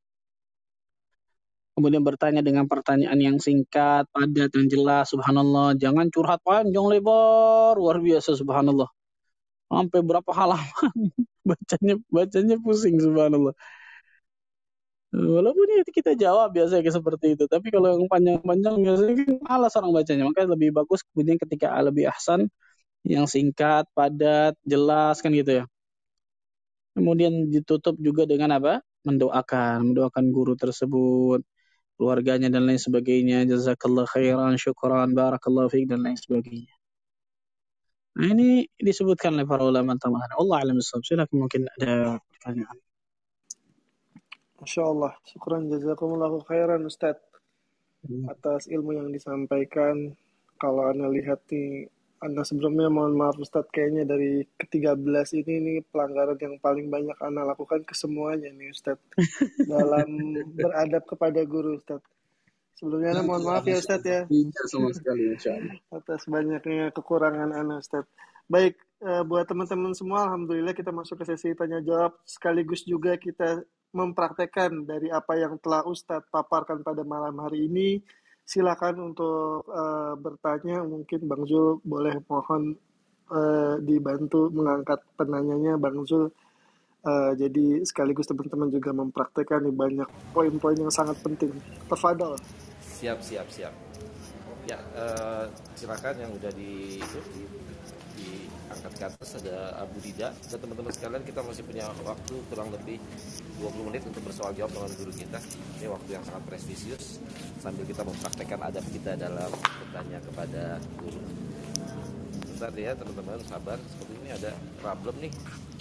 Kemudian bertanya dengan pertanyaan yang singkat, padat, dan jelas, subhanallah. Jangan curhat panjang lebar, luar biasa, subhanallah. Sampai berapa halaman, bacanya bacanya pusing, subhanallah. Walaupun ya kita jawab biasanya kayak seperti itu, tapi kalau yang panjang-panjang biasanya kan malas orang bacanya. Makanya lebih bagus kemudian ketika lebih ahsan, yang singkat, padat, jelas, kan gitu ya. Kemudian ditutup juga dengan apa? Mendoakan, mendoakan guru tersebut, keluarganya dan lain sebagainya. Jazakallah khairan, syukran, barakallahu fiik dan lain sebagainya. Nah, ini disebutkan oleh para ulama tentang Allah alam bissawab. Silakan mungkin ada pertanyaan. Masya Allah, syukran jazakumullahu khairan Ustaz atas ilmu yang disampaikan. Kalau Anda lihat nih, Anda sebelumnya mohon maaf Ustaz, kayaknya dari ke tiga belas ini nih pelanggaran yang paling banyak Anda lakukan kesemuanya nih Ustaz dalam beradab kepada guru Ustaz. Sebelumnya Anda mohon maaf ya Ustaz ya. Tidak sama sekali, insyaallah. Atas banyaknya kekurangan Anda Ustaz. Baik, uh, buat teman-teman semua, alhamdulillah kita masuk ke sesi tanya jawab, sekaligus juga kita mempraktekkan dari apa yang telah Ustadz paparkan pada malam hari ini. Silakan untuk uh, bertanya, mungkin Bang Zul boleh mohon uh, dibantu mengangkat penanyanya Bang Zul. Uh, jadi sekaligus teman-teman juga mempraktekkan nih banyak poin-poin yang sangat penting. Tafadhol. Siap, siap, siap. Ya, uh, silakan yang udah di itu di, diangkat ke atas ada Abu Dida. Dan teman-teman sekalian, kita masih punya waktu kurang lebih dua puluh menit untuk bersoal jawab dengan guru kita. Ini waktu yang sangat prestisius sambil kita mempraktekkan adab kita dalam bertanya kepada guru. Bentar ya teman-teman, sabar. Seperti ini ada problem nih.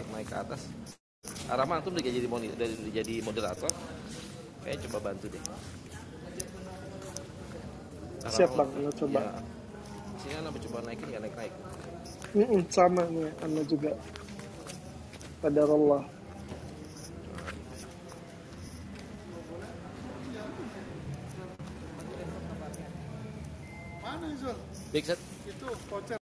untuk naik ke atas. Arama antum udah jadi moni- udah jadi moderator. Kayak coba bantu deh. Arama, Siap bang, Ana coba. Ya, sini Ana coba naikin nggak naik-naik. Mm-mm, sama nih, Ana juga. Qadarullah. Mana Zul? Big set. Itu voucher.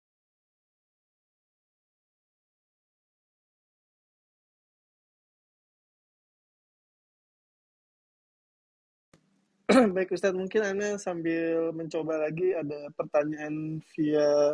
Baik Ustadz, mungkin Ana sambil mencoba lagi ada pertanyaan via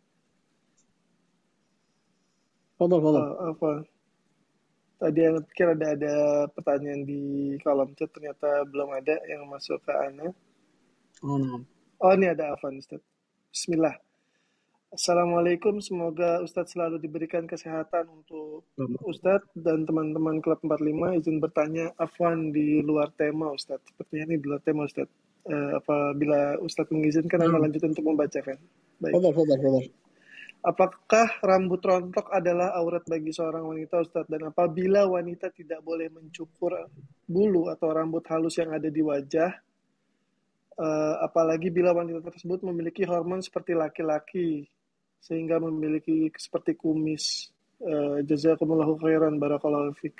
Fadal, fadal. uh, apa? Tadi yang pikir ada ada pertanyaan di kolom chat, ternyata belum ada yang masuk ke Ana. Oh, no. Oh ini ada Afan Ustadz. Bismillah. Assalamualaikum, semoga Ustadz selalu diberikan kesehatan untuk Ustadz dan teman-teman Klub empat puluh lima. Izin bertanya, Afwan di luar tema Ustadz. Sepertinya ini di luar tema Ustadz. Uh, apabila Ustadz mengizinkan, Hmm. Anda lanjut untuk membacakan. Baik. Fadal, fadal, fadal. Apakah rambut rontok adalah aurat bagi seorang wanita Ustadz? Dan apabila wanita tidak boleh mencukur bulu atau rambut halus yang ada di wajah, uh, apalagi bila wanita tersebut memiliki hormon seperti laki-laki, sehingga memiliki seperti kumis. Uh, Jazakumullahu khairan, barakallahu fiik.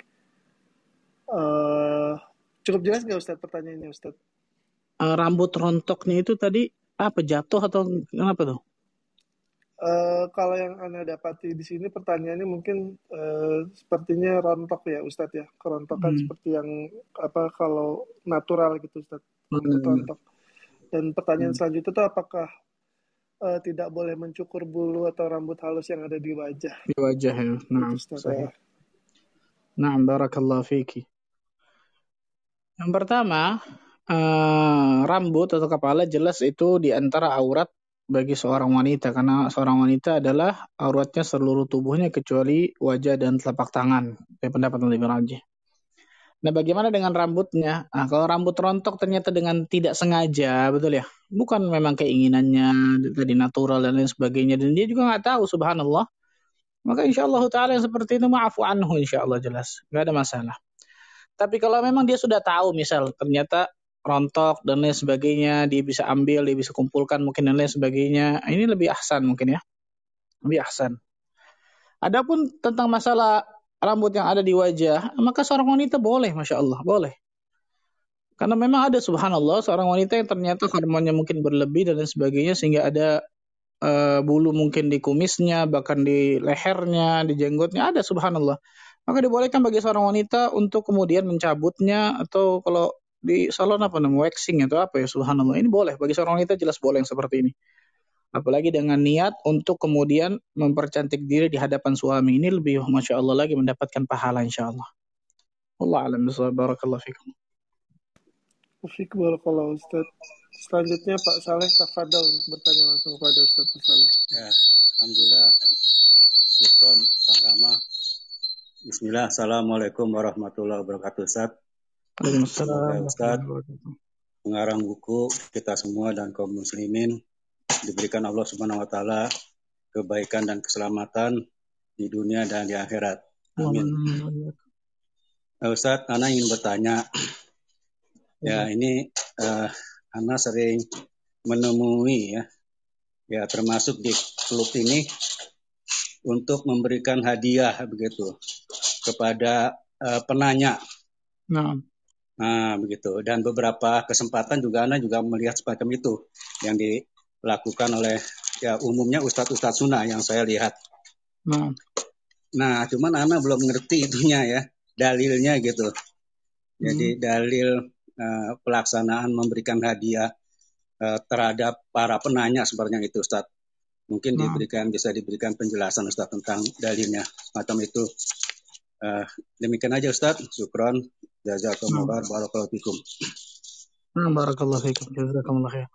Uh, cukup jelas nggak Ustadz pertanyaannya Ustadz? Uh, rambut rontoknya itu tadi apa, jatuh atau kenapa tuh? Uh, kalau yang Anda dapati di sini pertanyaannya mungkin uh, sepertinya rontok ya Ustadz ya, kerontokan Hmm. seperti yang apa kalau natural gitu Ustadz, rambut Hmm. rontok. Dan pertanyaan Hmm. selanjutnya itu apakah uh, tidak boleh mencukur bulu atau rambut halus yang ada di wajah? Di wajah ya. Nah, Gitu Ustadz sahih. ya. Nah, barakallahu fiki. Yang pertama, uh, rambut atau kepala jelas itu di antara aurat bagi seorang wanita, karena seorang wanita adalah auratnya seluruh tubuhnya kecuali wajah dan telapak tangan. Itu pendapat yang lebih rajih. Nah, bagaimana dengan rambutnya? Nah, kalau rambut rontok ternyata dengan tidak sengaja, betul ya? Bukan memang keinginannya, tadi natural dan lain sebagainya, dan dia juga nggak tahu, subhanallah. Maka insya Allah ta'ala yang seperti itu ma'afu anhu, insya Allah jelas. Nggak ada masalah. Tapi kalau memang dia sudah tahu, misal ternyata rontok dan lain sebagainya, dia bisa ambil, dia bisa kumpulkan mungkin dan lain sebagainya, ini lebih ahsan mungkin ya. Lebih ahsan. Adapun tentang masalah rambut yang ada di wajah, maka seorang wanita boleh, Masya Allah, boleh. Karena memang ada subhanallah seorang wanita yang ternyata hormonnya mungkin berlebih dan lain sebagainya, sehingga ada uh, bulu mungkin di kumisnya, bahkan di lehernya, di jenggotnya, ada subhanallah. Maka dibolehkan bagi seorang wanita untuk kemudian mencabutnya, atau kalau di salon apa namanya, waxing atau apa ya, subhanallah. Ini boleh, bagi seorang wanita jelas boleh yang seperti ini. Apalagi dengan niat untuk kemudian mempercantik diri di hadapan suami, ini lebih Masya Allah lagi mendapatkan pahala insya Allah. Allah alam bisawab, barakallahu fikum. Fiik barakallahu Ustadz. Selanjutnya Pak Saleh tafadhol untuk bertanya langsung kepada Ustadz Saleh. Ya, alhamdulillah. Syukron Pak Rama. Bismillah. Assalamualaikum warahmatullahi wabarakatuh Ustaz. Semoga Ustaz, pengarang buku kita semua dan kaum muslimin diberikan Allah Subhanahu wa taala kebaikan dan keselamatan di dunia dan di akhirat. Amin. Nah, Ustaz, Ana ingin bertanya. Ya, ini uh, Ana sering menemui ya, ya termasuk di klub ini untuk memberikan hadiah begitu kepada uh, penanya. Nah. Nah, begitu. Dan beberapa kesempatan juga Ana juga melihat semacam itu yang dilakukan oleh ya umumnya ustadz-ustadz sunnah yang saya lihat. Nah, nah cuman Ana belum ngerti itunya ya, dalilnya gitu. Jadi hmm. dalil uh, pelaksanaan memberikan hadiah uh, terhadap para penanya sebenarnya itu Ustadz. Mungkin nah. diberikan bisa diberikan penjelasan Ustadz tentang dalilnya macam itu. Uh, demikian aja Ustadz. Syukron. Jazakumullah nah. barakallahu fikum. Nah, barakallahu fikum. Jazakumullah khair.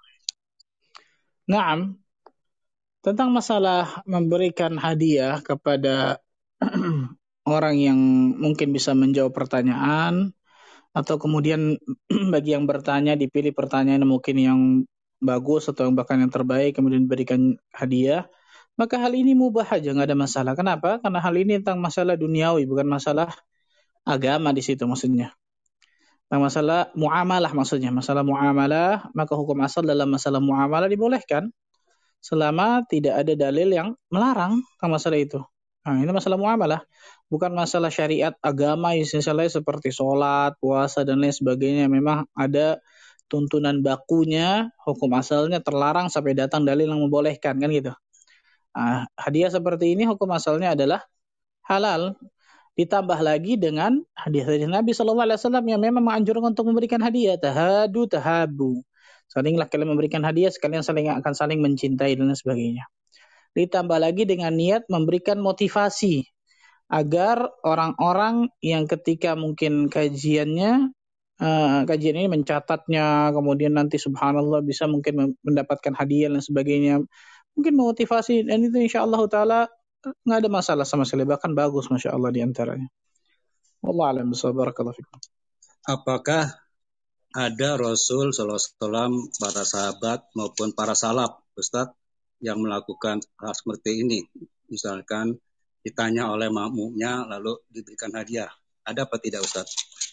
Naam. Tentang masalah memberikan hadiah kepada orang yang mungkin bisa menjawab pertanyaan, atau kemudian bagi yang bertanya dipilih pertanyaan mungkin yang bagus atau bahkan yang terbaik kemudian diberikan hadiah. maka hal ini mubah aja, nggak ada masalah. Kenapa? Karena hal ini tentang masalah duniawi, bukan masalah agama di situ maksudnya. Tentang masalah muamalah maksudnya, masalah muamalah, maka hukum asal dalam masalah muamalah dibolehkan selama tidak ada dalil yang melarang tentang masalah itu. Nah, ini masalah muamalah, bukan masalah syariat agama misalnya seperti sholat, puasa dan lain sebagainya. Memang ada tuntunan bakunya, hukum asalnya terlarang sampai datang dalil yang membolehkan, kan gitu. Nah, hadiah seperti ini hukum asalnya adalah halal. Ditambah lagi dengan hadis-hadis Nabi shallallahu alaihi wasallam yang memang menganjurkan untuk memberikan hadiah. Tahadu tahabu. Salinglah kalian memberikan hadiah, sekalian saling akan saling mencintai dan sebagainya. Ditambah lagi dengan niat memberikan motivasi agar orang-orang yang ketika mungkin kajiannya uh, kajian ini mencatatnya, kemudian nanti subhanallah bisa mungkin mendapatkan hadiah dan sebagainya, mungkin memotivasi, dan itu insyaallah taala nggak ada masalah sama sekali, bahkan bagus masya Allah diantaranya. Wallahu a'lam bishawab. Barakallahu fikum. Apakah ada Rasul sallallahu alaihi wasallam, para sahabat maupun para salaf, Ustaz, yang melakukan hal seperti ini? Misalkan ditanya oleh makmumnya lalu diberikan hadiah. Ada apa tidak, Ustaz?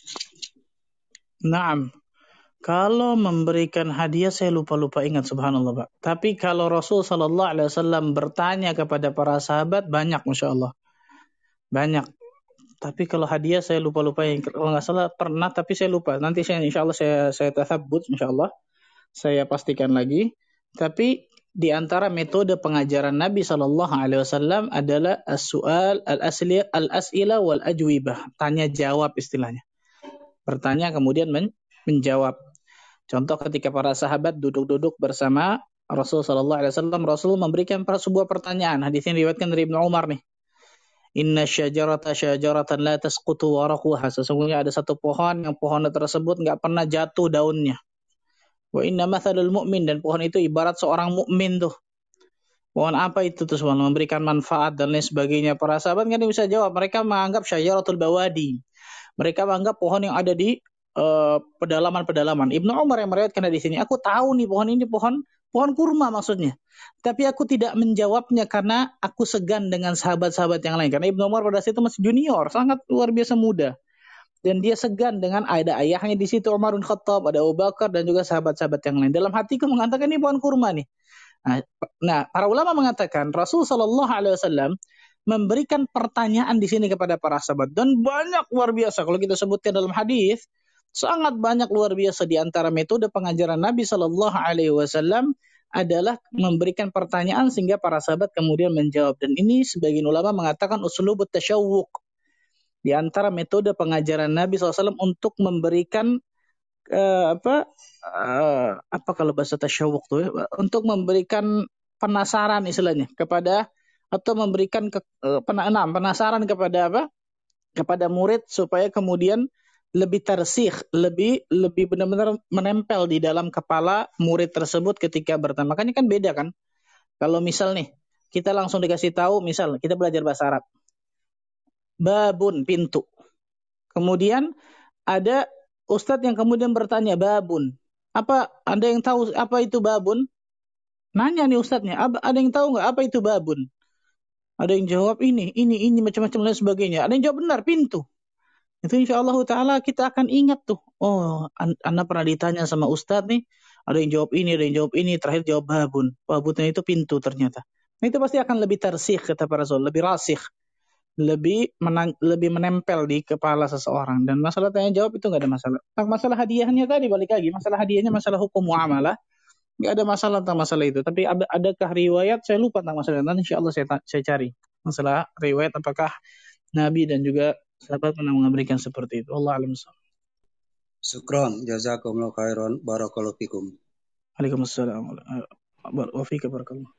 Naam. Kalau memberikan hadiah saya lupa-lupa ingat, subhanallah Pak. Tapi kalau Rasul sallallahu alaihi wasallam bertanya kepada para sahabat banyak masya Allah. Banyak. Tapi kalau hadiah saya lupa-lupa, yang kalau nggak salah pernah tapi saya lupa. Nanti saya insyaallah saya saya tathabbut insyaallah. Saya pastikan lagi. Tapi di antara metode pengajaran Nabi sallallahu alaihi wasallam adalah as-su'al al-asli al-as'ila wal ajwibah. Tanya jawab istilahnya. Bertanya kemudian men- menjawab. Contoh ketika para sahabat duduk-duduk bersama Rasul sallallahu alaihi wasallam, Rasul memberikan sebuah pertanyaan. Hadis ini diriwayatkan dari Ibnu Umar nih. Inna syajarata syajaratan la tasqutu waraquha. Sesungguhnya ada satu pohon yang pohon tersebut enggak pernah jatuh daunnya. Wa inna mathalul mu'min, dan pohon itu ibarat seorang mukmin tuh. Pohon apa itu tuh subhanallah, memberikan manfaat dan lain sebagainya. Para sahabat kan bisa jawab, mereka menganggap syajaratul bawadi. Mereka menganggap pohon yang ada di Uh, pedalaman-pedalaman. Ibnu Umar yang meriwayatkan di sini, aku tahu nih pohon ini pohon pohon kurma maksudnya. Tapi aku tidak menjawabnya karena aku segan dengan sahabat-sahabat yang lain. Karena Ibnu Umar pada saat itu masih junior, sangat luar biasa muda. Dan dia segan dengan ada ayahnya di situ Umar bin Khattab, ada Abu Bakar dan juga sahabat-sahabat yang lain. Dalam hatiku mengatakan ini pohon kurma nih. Nah, nah para ulama mengatakan Rasul sallallahu alaihi wasallam memberikan pertanyaan di sini kepada para sahabat, dan banyak luar biasa kalau kita sebutkan dalam hadis. Sangat banyak luar biasa di antara metode pengajaran Nabi Shallallahu Alaihi Wasallam adalah memberikan pertanyaan sehingga para sahabat kemudian menjawab. Dan ini sebagian ulama mengatakan uslubut tasyawuq, di antara metode pengajaran Nabi Shallallahu Alaihi Wasallam untuk memberikan uh, apa uh, apa kalau bahasa tasyawuq tuh ya, untuk memberikan penasaran istilahnya kepada, atau memberikan ke, uh, penasaran kepada apa kepada murid supaya kemudian lebih tersih, lebih lebih benar-benar menempel di dalam kepala murid tersebut ketika bertanya. Makanya kan beda kan. Kalau misal nih, kita langsung dikasih tahu, misal kita belajar bahasa Arab. Babun, pintu. Kemudian ada ustadz yang kemudian bertanya, babun. Apa ada yang tahu apa itu babun? Nanya nih ustadznya, ada yang tahu nggak apa itu babun? Ada yang jawab ini, ini, ini, macam-macam dan sebagainya. Ada yang jawab benar, pintu. Itu insyaallah ta'ala kita akan ingat tuh. Oh, an- anda pernah ditanya sama ustadz nih. Ada yang jawab ini, ada yang jawab ini. Terakhir jawab babun. Babunnya itu pintu ternyata. Nah, itu pasti akan lebih tersih kata para Rasul. Lebih rasih. Lebih, menan- lebih menempel di kepala seseorang. Dan masalah tanya jawab itu nggak ada masalah. Nah, masalah hadiahnya tadi balik lagi. Masalah hadiahnya masalah hukum muamalah. Nggak ada masalah tentang masalah itu. Tapi ada, adakah riwayat? Saya lupa tentang masalah itu. Nanti insyaallah saya, saya cari. Masalah riwayat apakah Nabi dan juga sahabat pernah memberikan seperti itu. Allah alam. Syukron, jazakumullah khairan, barakallahu fikum. Waalaikumsalam. Wa fika barakallah.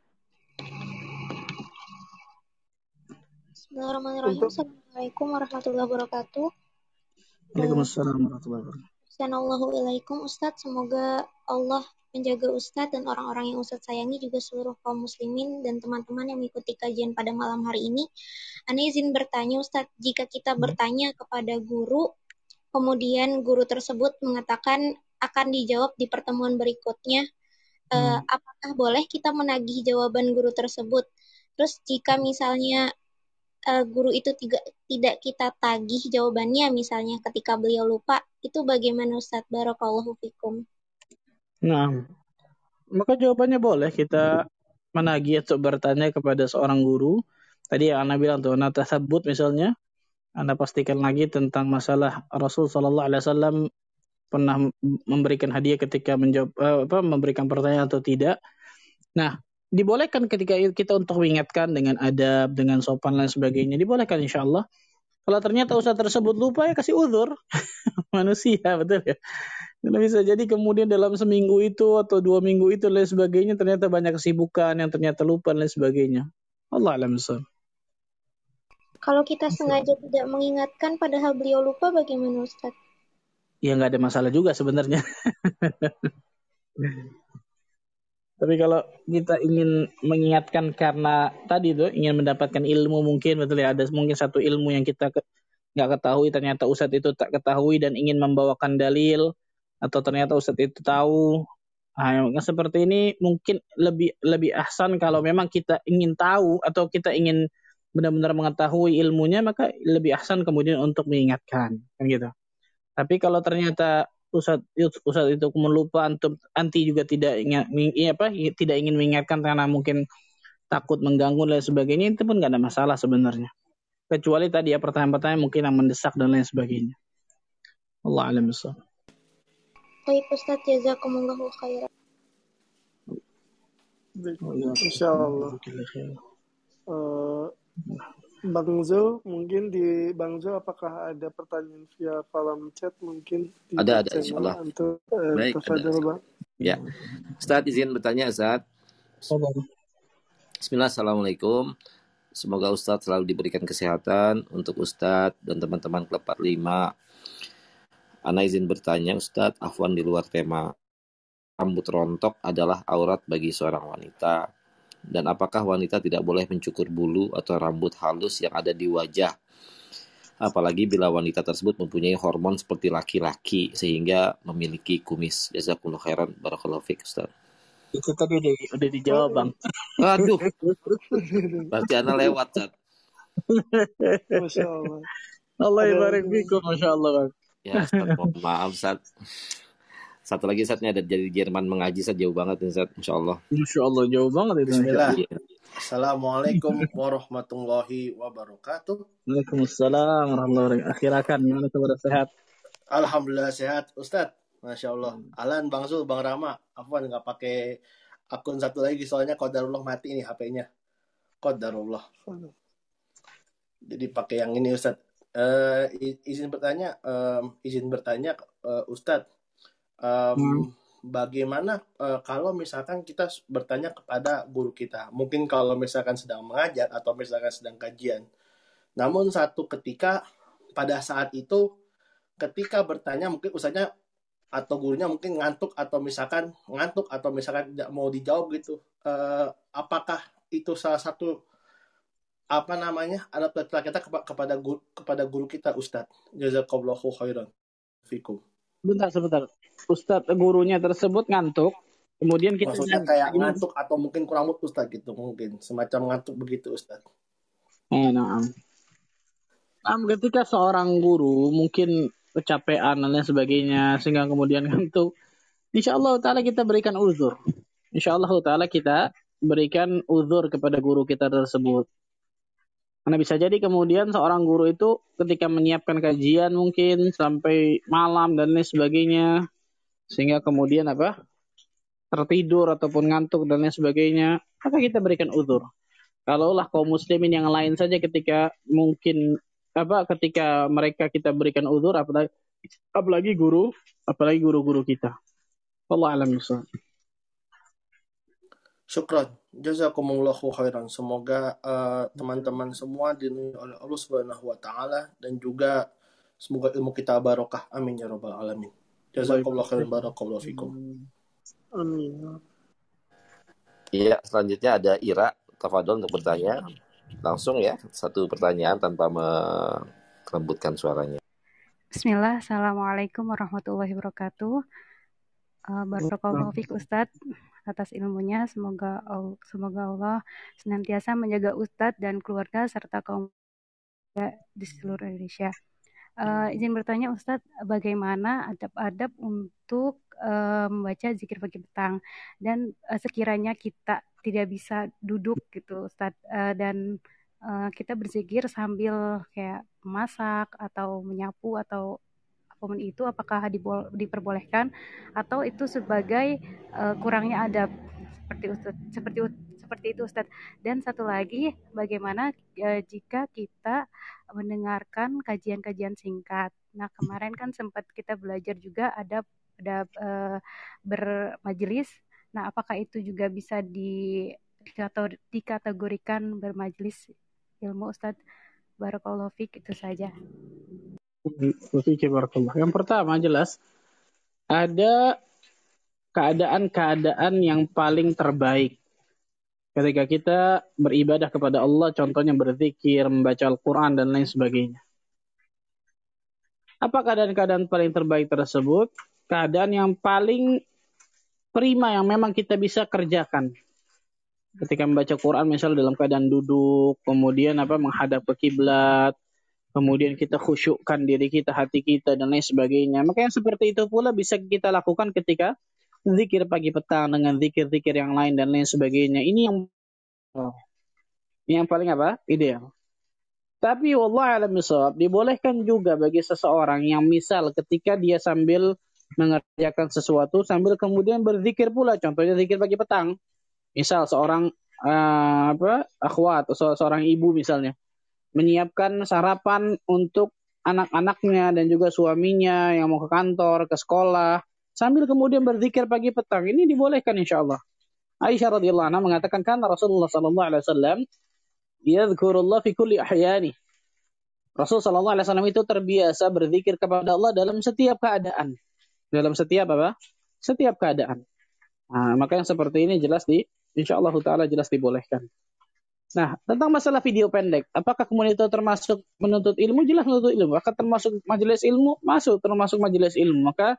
Bismillahirrahmanirrahim. Assalamualaikum warahmatullahi wabarakatuh. Waalaikumsalam warahmatullahi wabarakatuh. Assalamualaikum Ustadz, semoga Allah menjaga Ustadz dan orang-orang yang Ustadz sayangi, juga seluruh kaum muslimin dan teman-teman yang mengikuti kajian pada malam hari ini. Ana izin bertanya Ustadz, jika kita bertanya kepada guru, kemudian guru tersebut mengatakan akan dijawab di pertemuan berikutnya, hmm. eh, apakah boleh kita menagih jawaban guru tersebut Terus jika misalnya uh, guru itu tidak tidak kita tagih jawabannya, misalnya ketika beliau lupa, itu bagaimana Ustaz? Barakallahu fikum. Nah, maka jawabannya boleh kita menagih atau bertanya kepada seorang guru. Tadi yang Anda bilang tuh, Anda tasabut misalnya, Anda pastikan lagi tentang masalah Rasul Sallallahu Alaihi Wasallam pernah memberikan hadiah ketika menjawab uh, apa memberikan pertanyaan atau tidak. Nah, dibolehkan ketika kita untuk mengingatkan dengan adab, dengan sopan dan sebagainya. Dibolehkan insya Allah. Kalau ternyata ustaz tersebut lupa, ya kasih uzur. Manusia, betul ya. Karena bisa jadi kemudian dalam seminggu itu atau dua minggu itu dan sebagainya ternyata banyak kesibukan yang ternyata lupa dan sebagainya. Allah a'lam bishawab. Kalau kita sengaja tidak mengingatkan padahal beliau lupa, bagaimana Ustaz? Ya nggak ada masalah juga sebenarnya. Tapi kalau kita ingin mengingatkan karena tadi tuh ingin mendapatkan ilmu mungkin, betul ya, ada mungkin satu ilmu yang kita ke, nggak ketahui, ternyata ustadz itu tak ketahui dan ingin membawakan dalil, atau ternyata ustadz itu tahu. Nah, yang seperti ini mungkin lebih lebih ahsan kalau memang kita ingin tahu atau kita ingin benar-benar mengetahui ilmunya, maka lebih ahsan kemudian untuk mengingatkan, kan gitu. Tapi kalau ternyata Ustaz, Ustaz itu melupa, antum anti juga tidak ingin apa tidak ingin mengingatkan karena mungkin takut mengganggu dan sebagainya, itu pun nggak ada masalah sebenarnya. Kecuali tadi ya pertanyaan-pertanyaan mungkin yang mendesak dan lain sebagainya. Allah a'lam bishawab. Baik Ustaz, jazakumullahu khairan. Insyaallah. Uh, Bang Zul, mungkin di Bang Zul apakah ada pertanyaan via kolom chat mungkin? Di ada, ada insyaallah. Untuk, uh, Baik, ada. Bang. Ya. Ustaz izin bertanya, Ustaz. Bismillah, assalamualaikum. Semoga Ustaz selalu diberikan kesehatan untuk Ustaz dan teman-teman Klub empat puluh lima. Ana izin bertanya, Ustaz, afwan di luar tema. Rambut rontok adalah aurat bagi seorang wanita. Dan apakah wanita tidak boleh mencukur bulu atau rambut halus yang ada di wajah? Apalagi bila wanita tersebut mempunyai hormon seperti laki-laki sehingga memiliki kumis. Jazakumullah khairan, barakallahu fiik, Ustaz. Itu tadi udah, udah dijawab, Bang. Aduh. Berarti ana lewat, Ustaz. Masya Allah. Allah ibarik fikum, Masya Allah, Bang. Ya, Ustaz, mohon maaf, Ustaz. Satu lagi Ustaznya ada dari Jerman mengaji, Ustaz, jauh banget Ustaz, Insya Allah. Insya Allah jauh banget itu. Bismillah. Assalamualaikum warahmatullahi wabarakatuh. Waalaikumsalam warahmatullahi wabarakatuh. Akhirakan, gimana kabar, sehat? Alhamdulillah sehat, Ustaz. Masya Allah. Alan, Bang Zul, Bang Rama. Afwan nggak pakai akun satu lagi soalnya qadarullah mati nih H P-nya. Qadarullah. Jadi pakai yang ini Ustaz. Uh, izin bertanya, um, izin bertanya uh, Ustaz. Um, hmm. Bagaimana uh, kalau misalkan kita bertanya kepada guru kita, mungkin kalau misalkan sedang mengajar atau misalkan sedang kajian, namun satu ketika pada saat itu ketika bertanya mungkin usahanya atau gurunya mungkin ngantuk atau misalkan ngantuk atau misalkan tidak mau dijawab gitu, uh, apakah itu salah satu apa namanya adaptasi kita kepada guru, kepada guru kita Ustadz? Jazakallahu khairan fikum. Bentar, sebentar. Ustadz gurunya tersebut ngantuk, kemudian kita maksudnya kayak ngantuk atau mungkin kurang mood Ustadz gitu, mungkin semacam ngantuk begitu Ustadz. Eh, nah, nah, ketika seorang guru mungkin kecapean dan lain sebagainya sehingga kemudian ngantuk, insya Allah Taala kita berikan uzur. Insya Allah Taala kita berikan uzur kepada guru kita tersebut. Karena bisa jadi kemudian seorang guru itu ketika menyiapkan kajian mungkin sampai malam dan lain sebagainya, sehingga kemudian apa tertidur ataupun ngantuk dan lain sebagainya, maka kita berikan uzur. Kalaulah kaum muslimin yang lain saja ketika mungkin apa ketika mereka kita berikan uzur, apalagi apalagi guru, apalagi guru-guru kita. Wallahu a'lam bishawab. Syukran, jazakumullahu khairan. Semoga uh, teman-teman semua dilindungi oleh Allah Subhanahu wa taala dan juga semoga ilmu kita barokah. Amin ya rabbal alamin. Jazakumullahu khairan, barakallahu fikum. Amin. Iya, selanjutnya ada Ira, tafadhol untuk bertanya. Langsung ya, satu pertanyaan tanpa melembutkan suaranya. Bismillah, assalamualaikum warahmatullahi wabarakatuh. Uh, Barakallahu fiik Ustadz atas ilmunya. Semoga Allah, semoga Allah senantiasa menjaga Ustadz dan keluarga serta kaum di seluruh Indonesia. Uh, izin bertanya Ustadz, bagaimana adab-adab untuk uh, membaca zikir pagi petang dan uh, sekiranya kita tidak bisa duduk gitu Ustadz, uh, dan uh, kita berzikir sambil kayak memasak atau menyapu atau apapun itu, apakah dibol- diperbolehkan atau itu sebagai uh, kurangnya adab seperti Ustadz, seperti seperti itu Ustadz. Dan satu lagi, bagaimana uh, jika kita mendengarkan kajian-kajian singkat. Nah, kemarin kan sempat kita belajar juga adab adab uh, bermajelis. Nah, apakah itu juga bisa di dikategorikan bermajelis ilmu Ustadz? Barakallahu fiik, itu saja. Yang pertama jelas ada keadaan-keadaan yang paling terbaik ketika kita beribadah kepada Allah, contohnya berzikir, membaca Al-Quran dan lain sebagainya. Apa keadaan-keadaan paling terbaik tersebut? Keadaan yang paling prima yang memang kita bisa kerjakan. Ketika membaca Quran misalnya dalam keadaan duduk, kemudian apa menghadap ke kiblat, kemudian kita khusyukkan diri kita, hati kita, dan lain sebagainya. Maka yang seperti itu pula bisa kita lakukan ketika zikir pagi petang dengan zikir-zikir yang lain dan lain sebagainya. Ini yang oh, ini yang paling apa? Ideal. Tapi wallah alam bisawab, dibolehkan juga bagi seseorang yang misal ketika dia sambil mengerjakan sesuatu, sambil kemudian berzikir pula. Contohnya zikir pagi petang. Misal seorang uh, apa akhwat atau seorang ibu misalnya menyiapkan sarapan untuk anak-anaknya dan juga suaminya yang mau ke kantor, ke sekolah, sambil kemudian berzikir pagi petang. Ini dibolehkan insya Allah. Aisyah radhiyallahu anha mengatakan kan Rasulullah sallallahu alaihi wasallam yadhkurullah fi kulli ahyani. Rasul sallallahu alaihi wasallam itu terbiasa berzikir kepada Allah dalam setiap keadaan. Dalam setiap apa? Setiap keadaan. Nah, maka yang seperti ini jelas di insyaallah taala jelas dibolehkan. Nah, tentang masalah video pendek, apakah kemudian itu termasuk menuntut ilmu? Jelas menuntut ilmu. Apakah termasuk majelis ilmu? Masuk termasuk majelis ilmu. Maka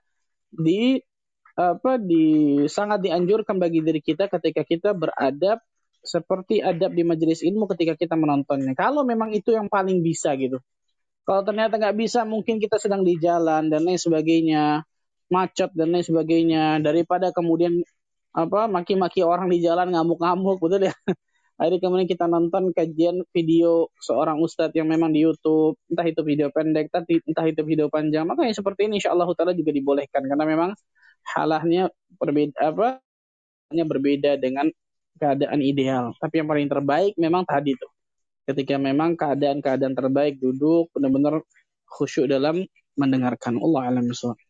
di apa di sangat dianjurkan bagi diri kita ketika kita beradab seperti adab di majelis ilmu ketika kita menontonnya. Kalau memang itu yang paling bisa gitu. Kalau ternyata nggak bisa, mungkin kita sedang di jalan dan lain sebagainya, macet dan lain sebagainya. Daripada kemudian apa maki-maki orang di jalan ngamuk-ngamuk, betul ya? Akhirnya kemudian kita nonton kajian video seorang ustadz yang memang di YouTube, entah itu video pendek, entah itu video panjang. Maka yang seperti ini insya Allah taala juga dibolehkan karena memang halahnya berbeda, apa? berbeda dengan keadaan ideal. Tapi yang paling terbaik memang tadi itu. Ketika memang keadaan-keadaan terbaik duduk benar-benar khusyuk dalam mendengarkan. Allah a'lam bishawab.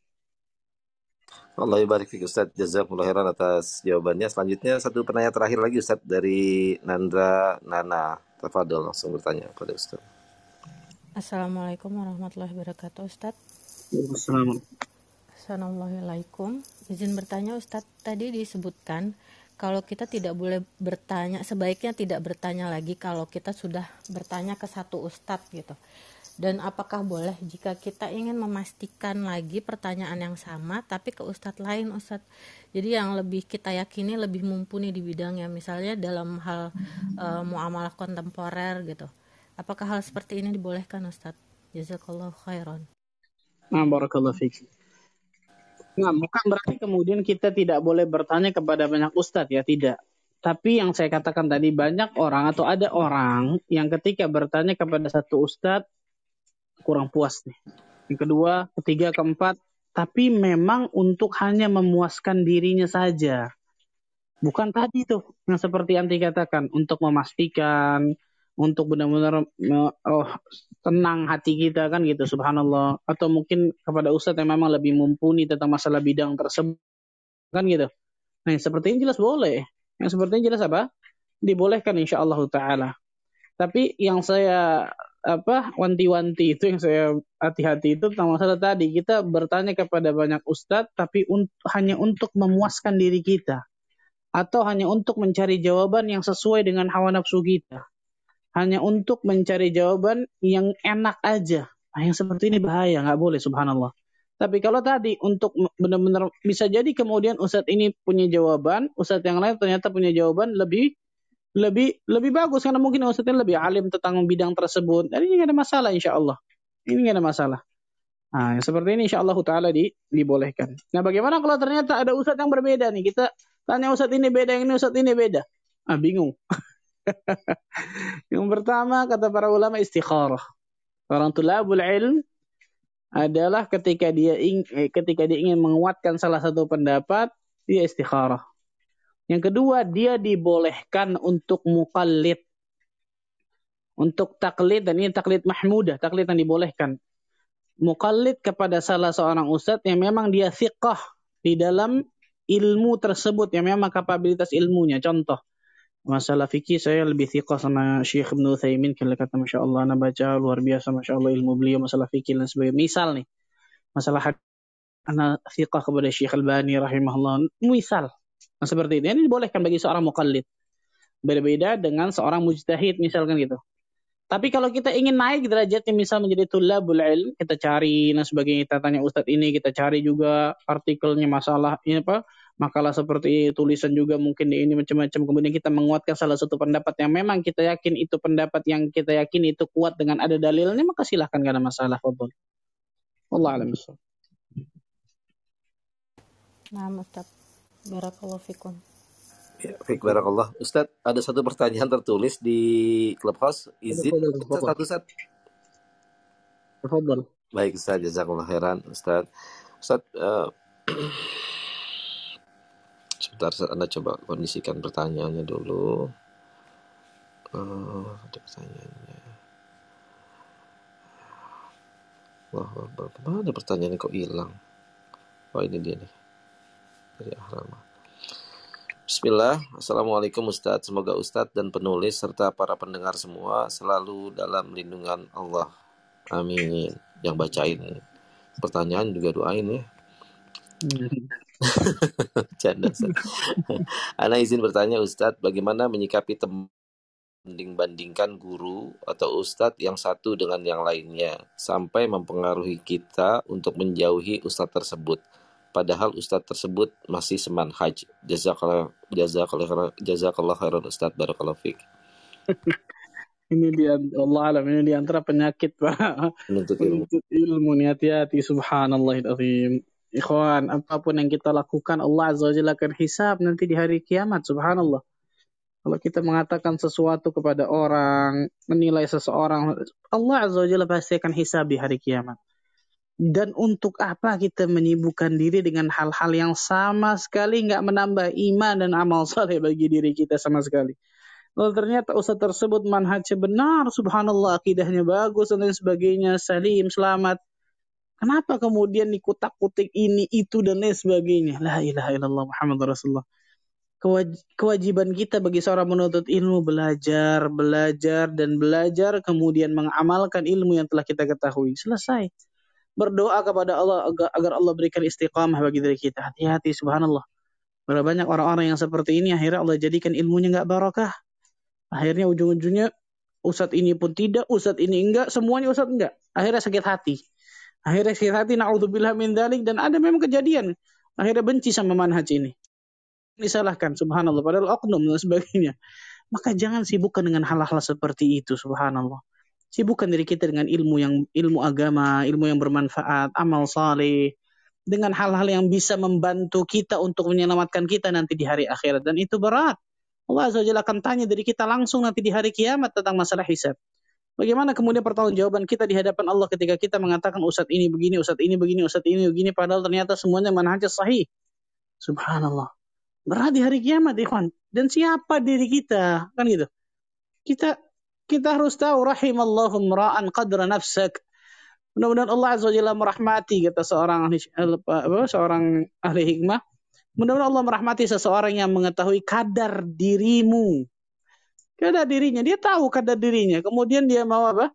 Allah barik fiik Ustaz, jazakumullah khairan atas jawabannya. Selanjutnya satu penanya terakhir lagi Ustaz dari Nandra Nana. Tafadhol langsung bertanya kepada Ustaz. Assalamualaikum warahmatullahi wabarakatuh Ustaz. Assalamualaikum. Izin bertanya Ustaz, tadi disebutkan kalau kita tidak boleh bertanya, sebaiknya tidak bertanya lagi kalau kita sudah bertanya ke satu Ustadz gitu. Dan apakah boleh jika kita ingin memastikan lagi pertanyaan yang sama tapi ke Ustadz lain Ustadz. Jadi yang lebih kita yakini lebih mumpuni di bidangnya, misalnya dalam hal uh, muamalah kontemporer gitu. Apakah hal seperti ini dibolehkan Ustadz? Jazakallahu khairan. Nah, barakallahu fiik. Nah, bukan berarti kemudian kita tidak boleh bertanya kepada banyak ustadz ya, tidak. Tapi yang saya katakan tadi, banyak orang atau ada orang yang ketika bertanya kepada satu ustadz kurang puas nih. Yang kedua, ketiga, keempat, tapi memang untuk hanya memuaskan dirinya saja. Bukan tadi tuh yang seperti anti katakan, untuk memastikan, untuk benar-benar oh tenang hati kita kan gitu, subhanallah. Atau mungkin kepada ustadz yang memang lebih mumpuni tentang masalah bidang tersebut kan gitu. Nah yang seperti ini jelas boleh. Yang seperti ini jelas apa? Dibolehkan insyaallah taala. Tapi yang saya apa wanti-wanti itu, yang saya hati-hati itu tentang masalah tadi, kita bertanya kepada banyak ustadz tapi un- hanya untuk memuaskan diri kita, atau hanya untuk mencari jawaban yang sesuai dengan hawa nafsu kita, hanya untuk mencari jawaban yang enak aja. Nah, yang seperti ini bahaya, nggak boleh, subhanallah. Tapi kalau tadi untuk benar-benar bisa jadi kemudian ustadz ini punya jawaban, ustadz yang lain ternyata punya jawaban lebih lebih lebih bagus karena mungkin ustadznya lebih alim tentang bidang tersebut. Dan ini nggak ada masalah insya Allah. Ini nggak ada masalah. Nah, yang seperti ini insya Allah Taala di, dibolehkan. Nah, bagaimana kalau ternyata ada ustadz yang berbeda nih? Kita tanya ustadz ini beda, yang ini ustadz ini beda. Ah, bingung. Yang pertama kata para ulama istikharah. Orang tulabul ilm adalah ketika dia ing, eh, ketika dia ingin menguatkan salah satu pendapat, dia istikharah. Yang kedua, dia dibolehkan untuk muqallid. Untuk taklid, dan ini taklid mahmudah, taklid yang dibolehkan. Muqallid kepada salah seorang ustadz yang memang dia thiqah di dalam ilmu tersebut, yang memang kapabilitas ilmunya. Contoh, masalah fikih saya lebih thiqah sama Syekh Ibnu Utsaimin, kalau kata Masya Allah, ana baca luar biasa Masya Allah ilmu beliau masalah fikih dan sebagainya. Misal nih, masalah hadis ana thiqah kepada Syekh Albani rahimahullah. Misal, nah, seperti ini. Ini dibolehkan bagi seorang muqallid. Berbeda dengan seorang mujtahid misalkan gitu. Tapi kalau kita ingin naik derajatnya misal menjadi tulabul ilm, kita cari dan sebagainya, kita tanya ustadz ini, kita cari juga artikelnya masalah ini apa, makalah seperti tulisan juga mungkin di ini macam-macam. Kemudian kita menguatkan salah satu pendapat yang memang kita yakin itu pendapat yang kita yakin itu kuat dengan ada dalilnya, maka silahkan, gak ada masalah. Fadhol. Wallahu a'lam bishawab. Nah, Ustaz. Barakallahu fikum. Ya, baik, barakallah. Ustaz, ada satu pertanyaan tertulis di Clubhouse. Izin Ustaz, satu Ustaz. Tafadhol. Baik, Ustaz, jazakallah khairan, Ustaz. Ustaz, uh, sebentar, Ustaz, Anda coba kondisikan pertanyaannya dulu. Uh, ada pertanyaannya. Wah, wah, mana pertanyaannya kok hilang? Oh, ini dia nih. Dari Ahrama. Bismillah, Assalamualaikum Ustadz. Semoga Ustadz dan penulis serta para pendengar semua selalu dalam lindungan Allah. Amin. Yang bacain pertanyaan juga doain ya. Canda Ustadz. Ana izin bertanya Ustadz, bagaimana menyikapi teman banding-bandingkan guru atau Ustadz yang satu dengan yang lainnya sampai mempengaruhi kita untuk menjauhi Ustadz tersebut? Padahal Ustadz tersebut masih semanhaj. Jazakallah jazakallah jazakallah khairan Ustadz, barakallahu fiik. Ini di Allah alam, ini di antara penyakit Pak. Menuntut ilmu. Menuntut ilmu, hati-hati, subhanallahil azim. Ikhwan, apapun yang kita lakukan Allah Azza wa Jalla akan hisab nanti di hari kiamat, subhanallah. Kalau kita mengatakan sesuatu kepada orang, menilai seseorang, Allah Azza wa Jalla pasti akan hisab di hari kiamat. Dan untuk apa kita menyibukkan diri dengan hal-hal yang sama sekali nggak menambah iman dan amal saleh bagi diri kita sama sekali. Lalu ternyata ustaz tersebut manhajnya benar, subhanallah, akidahnya bagus dan lain sebagainya, salim, selamat. Kenapa kemudian dikutak-kutik ini, itu dan lain sebagainya? La ilaha illallah Muhammad Rasulullah. Kewajiban kita bagi seorang menuntut ilmu belajar, belajar dan belajar, kemudian mengamalkan ilmu yang telah kita ketahui. Selesai. Berdoa kepada Allah agar Allah berikan istiqamah bagi diri kita. Hati-hati, subhanallah. Berapa banyak orang-orang yang seperti ini akhirnya Allah jadikan ilmunya enggak barakah. Akhirnya ujung-ujungnya ustadz ini pun tidak, ustadz ini enggak, semuanya ustadz enggak. Akhirnya sakit hati. Akhirnya sakit hati, na'udzubillah min dzalik, dan ada memang kejadian. Akhirnya benci sama manhaj ini. Disalahkan, subhanallah, padahal oknum dan sebagainya. Maka jangan sibukkan dengan hal-hal seperti itu, subhanallah. Sibukkan diri kita dengan ilmu yang ilmu agama, ilmu yang bermanfaat, amal saleh, dengan hal-hal yang bisa membantu kita untuk menyelamatkan kita nanti di hari akhirat. Dan itu berat. Allah Azza wa Jalla akan tanya dari kita langsung nanti di hari kiamat tentang masalah hisab. Bagaimana kemudian pertanggungjawaban kita di hadapan Allah ketika kita mengatakan ustadz ini begini, ustadz ini begini, ustadz ini begini, padahal ternyata semuanya manhaj sahih. Subhanallah. Berat di hari kiamat, ikhwan. Dan siapa diri kita? Kan gitu. Kita Kita harus tahu, rahimallahu mra'an qadra nafsak. Mudah-mudahan Allah Azza wa Jalla merahmati, kata seorang apa, seorang ahli hikmah. Mudah-mudahan Allah merahmati seseorang yang mengetahui kadar dirimu. Kadar dirinya, dia tahu kadar dirinya. Kemudian dia mau apa?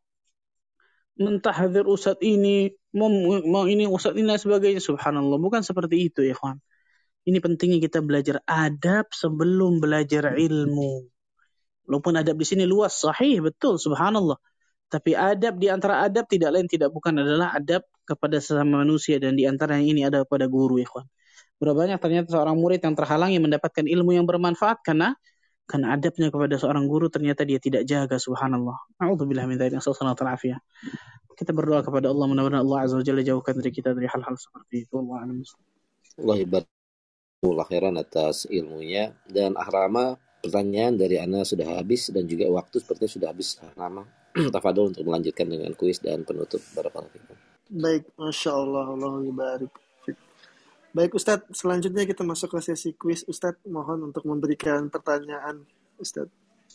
Mentahdzir ustaz ini, mau, mau ini ustaz ini dan sebagainya. Subhanallah, bukan seperti itu, ya ikhwan. Ini pentingnya kita belajar adab sebelum belajar ilmu. Walaupun adab di sini luas, sahih, betul, subhanallah. Tapi adab di antara adab tidak lain tidak bukan adalah adab kepada sesama manusia, dan di antara yang ini ada pada guru, ikhwan. Berapa banyak ternyata seorang murid yang terhalangi mendapatkan ilmu yang bermanfaat karena karena adabnya kepada seorang guru ternyata dia tidak jaga, subhanallah. A'udzubillah min dzalik, nasallallahu alaihi. Kita berdoa kepada Allah, mudah-mudahan Allah azza wajalla jauhkan dari kita dari hal-hal seperti itu. Allah a'lam. Allah ibadah khairan atas ilmunya. Dan Ahrama, pertanyaan dari Ana sudah habis dan juga waktu sepertinya sudah habis. Ahrama, tafadhol untuk melanjutkan dengan kuis dan penutup. Barakallahu fikum. Baik, Masya Allah, Allah barik. Baik Ustadz, selanjutnya kita masuk ke sesi kuis. Ustadz, mohon untuk memberikan pertanyaan, Ustadz.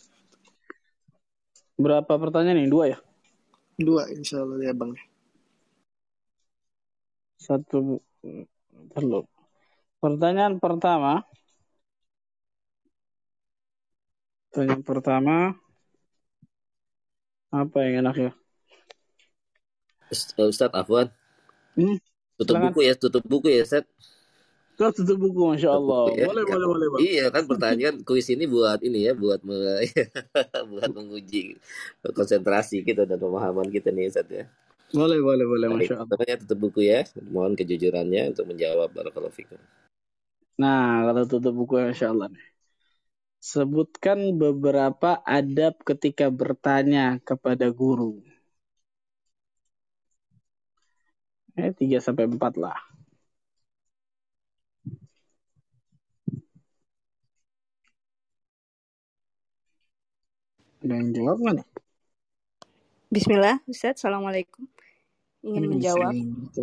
Berapa pertanyaan ini? Dua ya? Dua, insya Allah ya Bang. Satu, perlu. Pertanyaan pertama. Pertanyaan pertama. Apa yang enak ya? Ustadz Afwan. Hmm? Tutup Silakan. buku ya, tutup buku ya, Ustadz. Tutup buku, Masya Allah. Buku, ya. Boleh, kan, boleh, boleh, Bang. Iya kan, pertanyaan kuis ini buat ini ya, buat me, buat menguji konsentrasi kita dan pemahaman kita nih, Ustadz ya. Boleh, boleh, boleh, Masya Allah. Pertanyaan tutup buku ya, mohon kejujurannya untuk menjawab. Barakallahu fikum. Nah, kalau tutup buku, Masya Allah nih. Sebutkan beberapa adab ketika bertanya kepada guru. Eh, tiga sampai empat lah. Ada yang jawab nggak nih? Bismillah, Ustadz. Assalamualaikum. Ingin menjawab.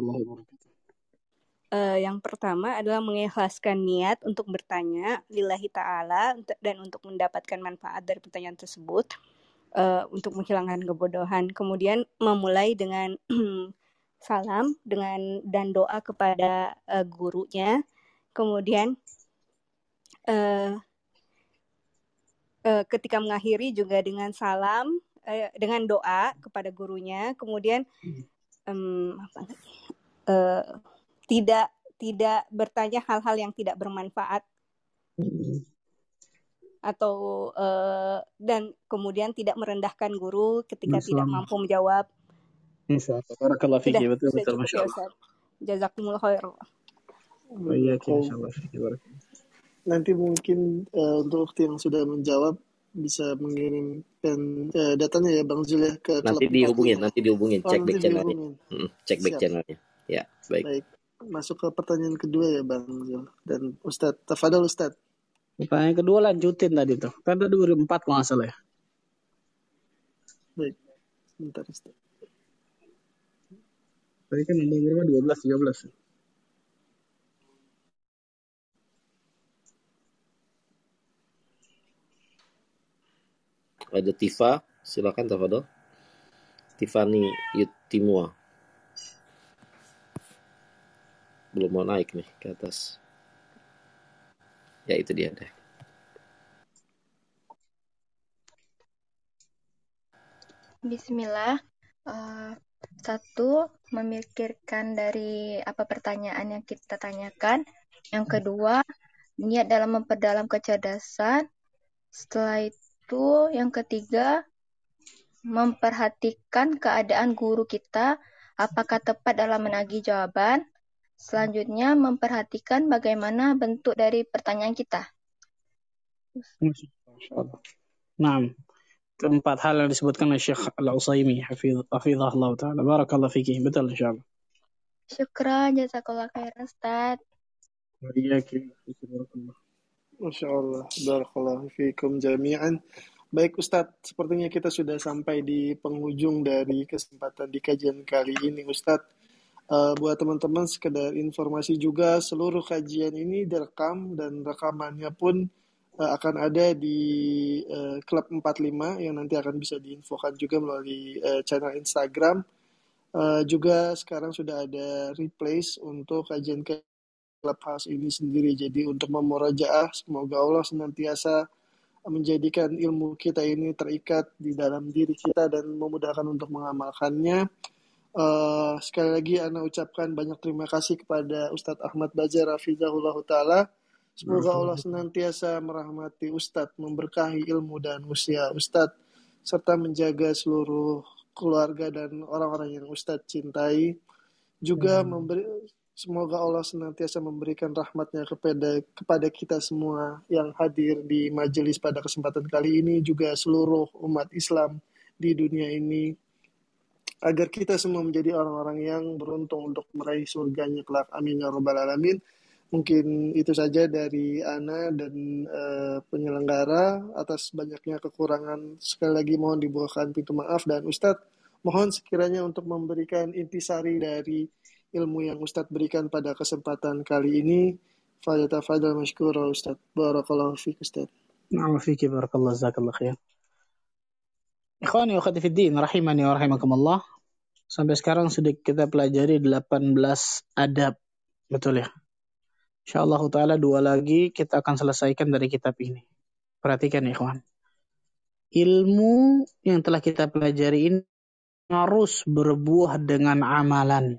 Uh, yang pertama adalah mengikhlaskan niat untuk bertanya lillahi ta'ala dan untuk mendapatkan manfaat dari pertanyaan tersebut, uh, untuk menghilangkan kebodohan. Kemudian memulai dengan salam dengan dan doa kepada uh, gurunya. Kemudian uh, uh, ketika mengakhiri juga dengan salam, uh, dengan doa kepada gurunya. Kemudian um, apa, uh, tidak tidak bertanya hal-hal yang tidak bermanfaat atau uh, dan kemudian tidak merendahkan guru ketika Masya tidak mampu menjawab. Insya Allah. Barakallahu fiki. Betul betul, Masya Allah. Jazakumullah khair. Iya, Insya Allah. Nanti mungkin uh, untuk yang sudah menjawab bisa mengirimkan uh, datanya ya Bang Zul ya ke nanti dihubungin, nanti dihubungin, cek back channelnya. Hmm, cek back channelnya. Ya, baik. Baik. Masuk ke pertanyaan kedua ya Bang Zul dan Ustadz. Tafadhol Ustadz. Pertanyaan kedua lanjutin tadi tuh. Kan ada dua ribu empat kalau nggak salah ya. Baik. Sebentar Ustadz. Tadi kan nomor berapa? dua belas, tiga belas. Ada Tifa, silakan tafadhol. Tiffany Yutimua. Belum mau naik nih ke atas. Ya itu dia deh. Bismillah. Uh, satu, memikirkan dari apa pertanyaan yang kita tanyakan. Yang kedua, niat dalam memperdalam kecerdasan. Setelah itu, yang ketiga, memperhatikan keadaan guru kita, apakah tepat dalam menagih jawaban. Selanjutnya, memperhatikan bagaimana bentuk dari pertanyaan kita. Masya Allah. Nah, keempat hal yang disebutkan oleh Syekh Al-Utsaimin hafizahullah ta'ala. Barakallahu fikih. Betul insyaallah. Syukran, jazakallah khairan Ustaz. Wa'iyyakum. Masya Allah. Barakallahu fikum jami'an. Baik Ustadz, sepertinya kita sudah sampai di penghujung dari kesempatan di kajian kali ini Ustadz. Uh, buat teman-teman sekedar informasi juga, seluruh kajian ini direkam dan rekamannya pun uh, akan ada di uh, Klub empat puluh lima yang nanti akan bisa diinfokan juga melalui uh, channel Instagram. Uh, juga sekarang sudah ada replays untuk kajian ke Clubhouse ini sendiri. Jadi untuk memurojaah, semoga Allah senantiasa menjadikan ilmu kita ini terikat di dalam diri kita dan memudahkan untuk mengamalkannya. Uh, sekali lagi Ana ucapkan banyak terima kasih kepada Ustadz Ahmad Bajar hafizahullah ta'ala. Semoga Allah senantiasa merahmati Ustadz, memberkahi ilmu dan usia Ustadz, serta menjaga seluruh keluarga dan orang-orang yang Ustadz cintai. Juga memberi, semoga Allah senantiasa memberikan rahmatnya kepada kepada kita semua yang hadir di majelis pada kesempatan kali ini, juga seluruh umat Islam di dunia ini, agar kita semua menjadi orang-orang yang beruntung untuk meraih surganya kelak. Amin ya rabbal alamin. Mungkin itu saja dari Ana dan uh, penyelenggara. Atas banyaknya kekurangan, sekali lagi mohon dibukakan pintu maaf. Dan Ustadz, mohon sekiranya untuk memberikan intisari dari ilmu yang Ustadz berikan pada kesempatan kali ini. Falyatafadhal mashkura Ustadz. Barakallahu fiik Ustadz. Na'am fiik barakallahu jazakallahu khair. Ikhwani wa akhwati fid din rahimani wa rahimakumullah. Sampai sekarang sudah kita pelajari delapan belas adab. Betul ya? Insyaallah taala dua lagi kita akan selesaikan dari kitab ini. Perhatikan ya ikhwan. Ilmu yang telah kita pelajari ini harus berbuah dengan amalan.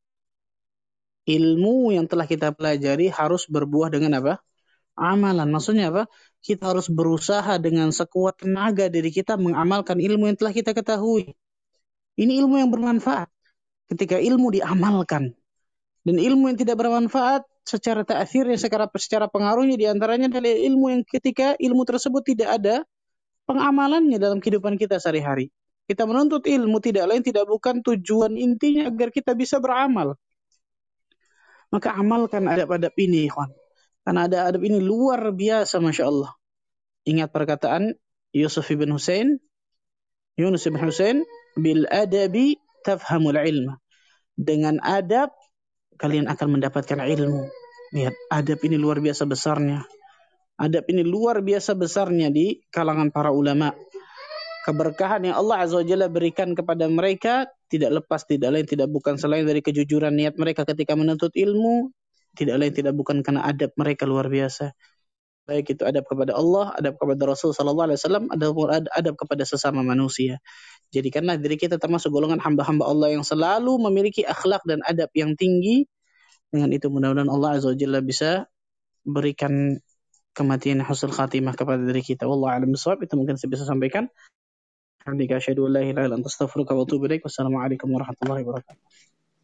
Ilmu yang telah kita pelajari harus berbuah dengan apa? Amalan. Maksudnya apa? Kita harus berusaha dengan sekuat tenaga diri kita mengamalkan ilmu yang telah kita ketahui. Ini ilmu yang bermanfaat. Ketika ilmu diamalkan. Dan ilmu yang tidak bermanfaat secara ta'athirnya, secara, secara pengaruhnya diantaranya adalah ilmu yang ketika ilmu tersebut tidak ada pengamalannya dalam kehidupan kita sehari-hari. Kita menuntut ilmu tidak lain tidak bukan tujuan intinya agar kita bisa beramal. Maka amalkan adab-adab ini, ikhwan. Karena adab-adab ini luar biasa, Masya Allah. Ingat perkataan Yusuf bin Husain, Yunus bin Husain, bil adabi tafhamul ilma. Dengan adab, kalian akan mendapatkan ilmu. Lihat, adab ini luar biasa besarnya. Adab ini luar biasa besarnya di kalangan para ulama. Keberkahan yang Allah Azza wa Jalla berikan kepada mereka tidak lepas, tidak lain, tidak bukan selain dari kejujuran niat mereka ketika menuntut ilmu, tidak lain, tidak bukan karena adab mereka luar biasa. Baik itu adab kepada Allah, adab kepada Rasul sallallahu alaihi wasallam, adab kepada sesama manusia. Jadikanlah diri kita termasuk golongan hamba-hamba Allah yang selalu memiliki akhlak dan adab yang tinggi. Dengan itu mudah-mudahan Allah Azza wa Jalla bisa berikan kematian husnul khatimah kepada diri kita. Wallahu a'lam bishawab. Itu mungkin saya bisa sampaikan. Alhamdulillah, asyhadu an la ilaha illa anta astaghfiruka wa atubu ilaik. Wassalamualaikum warahmatullahi wabarakatuh.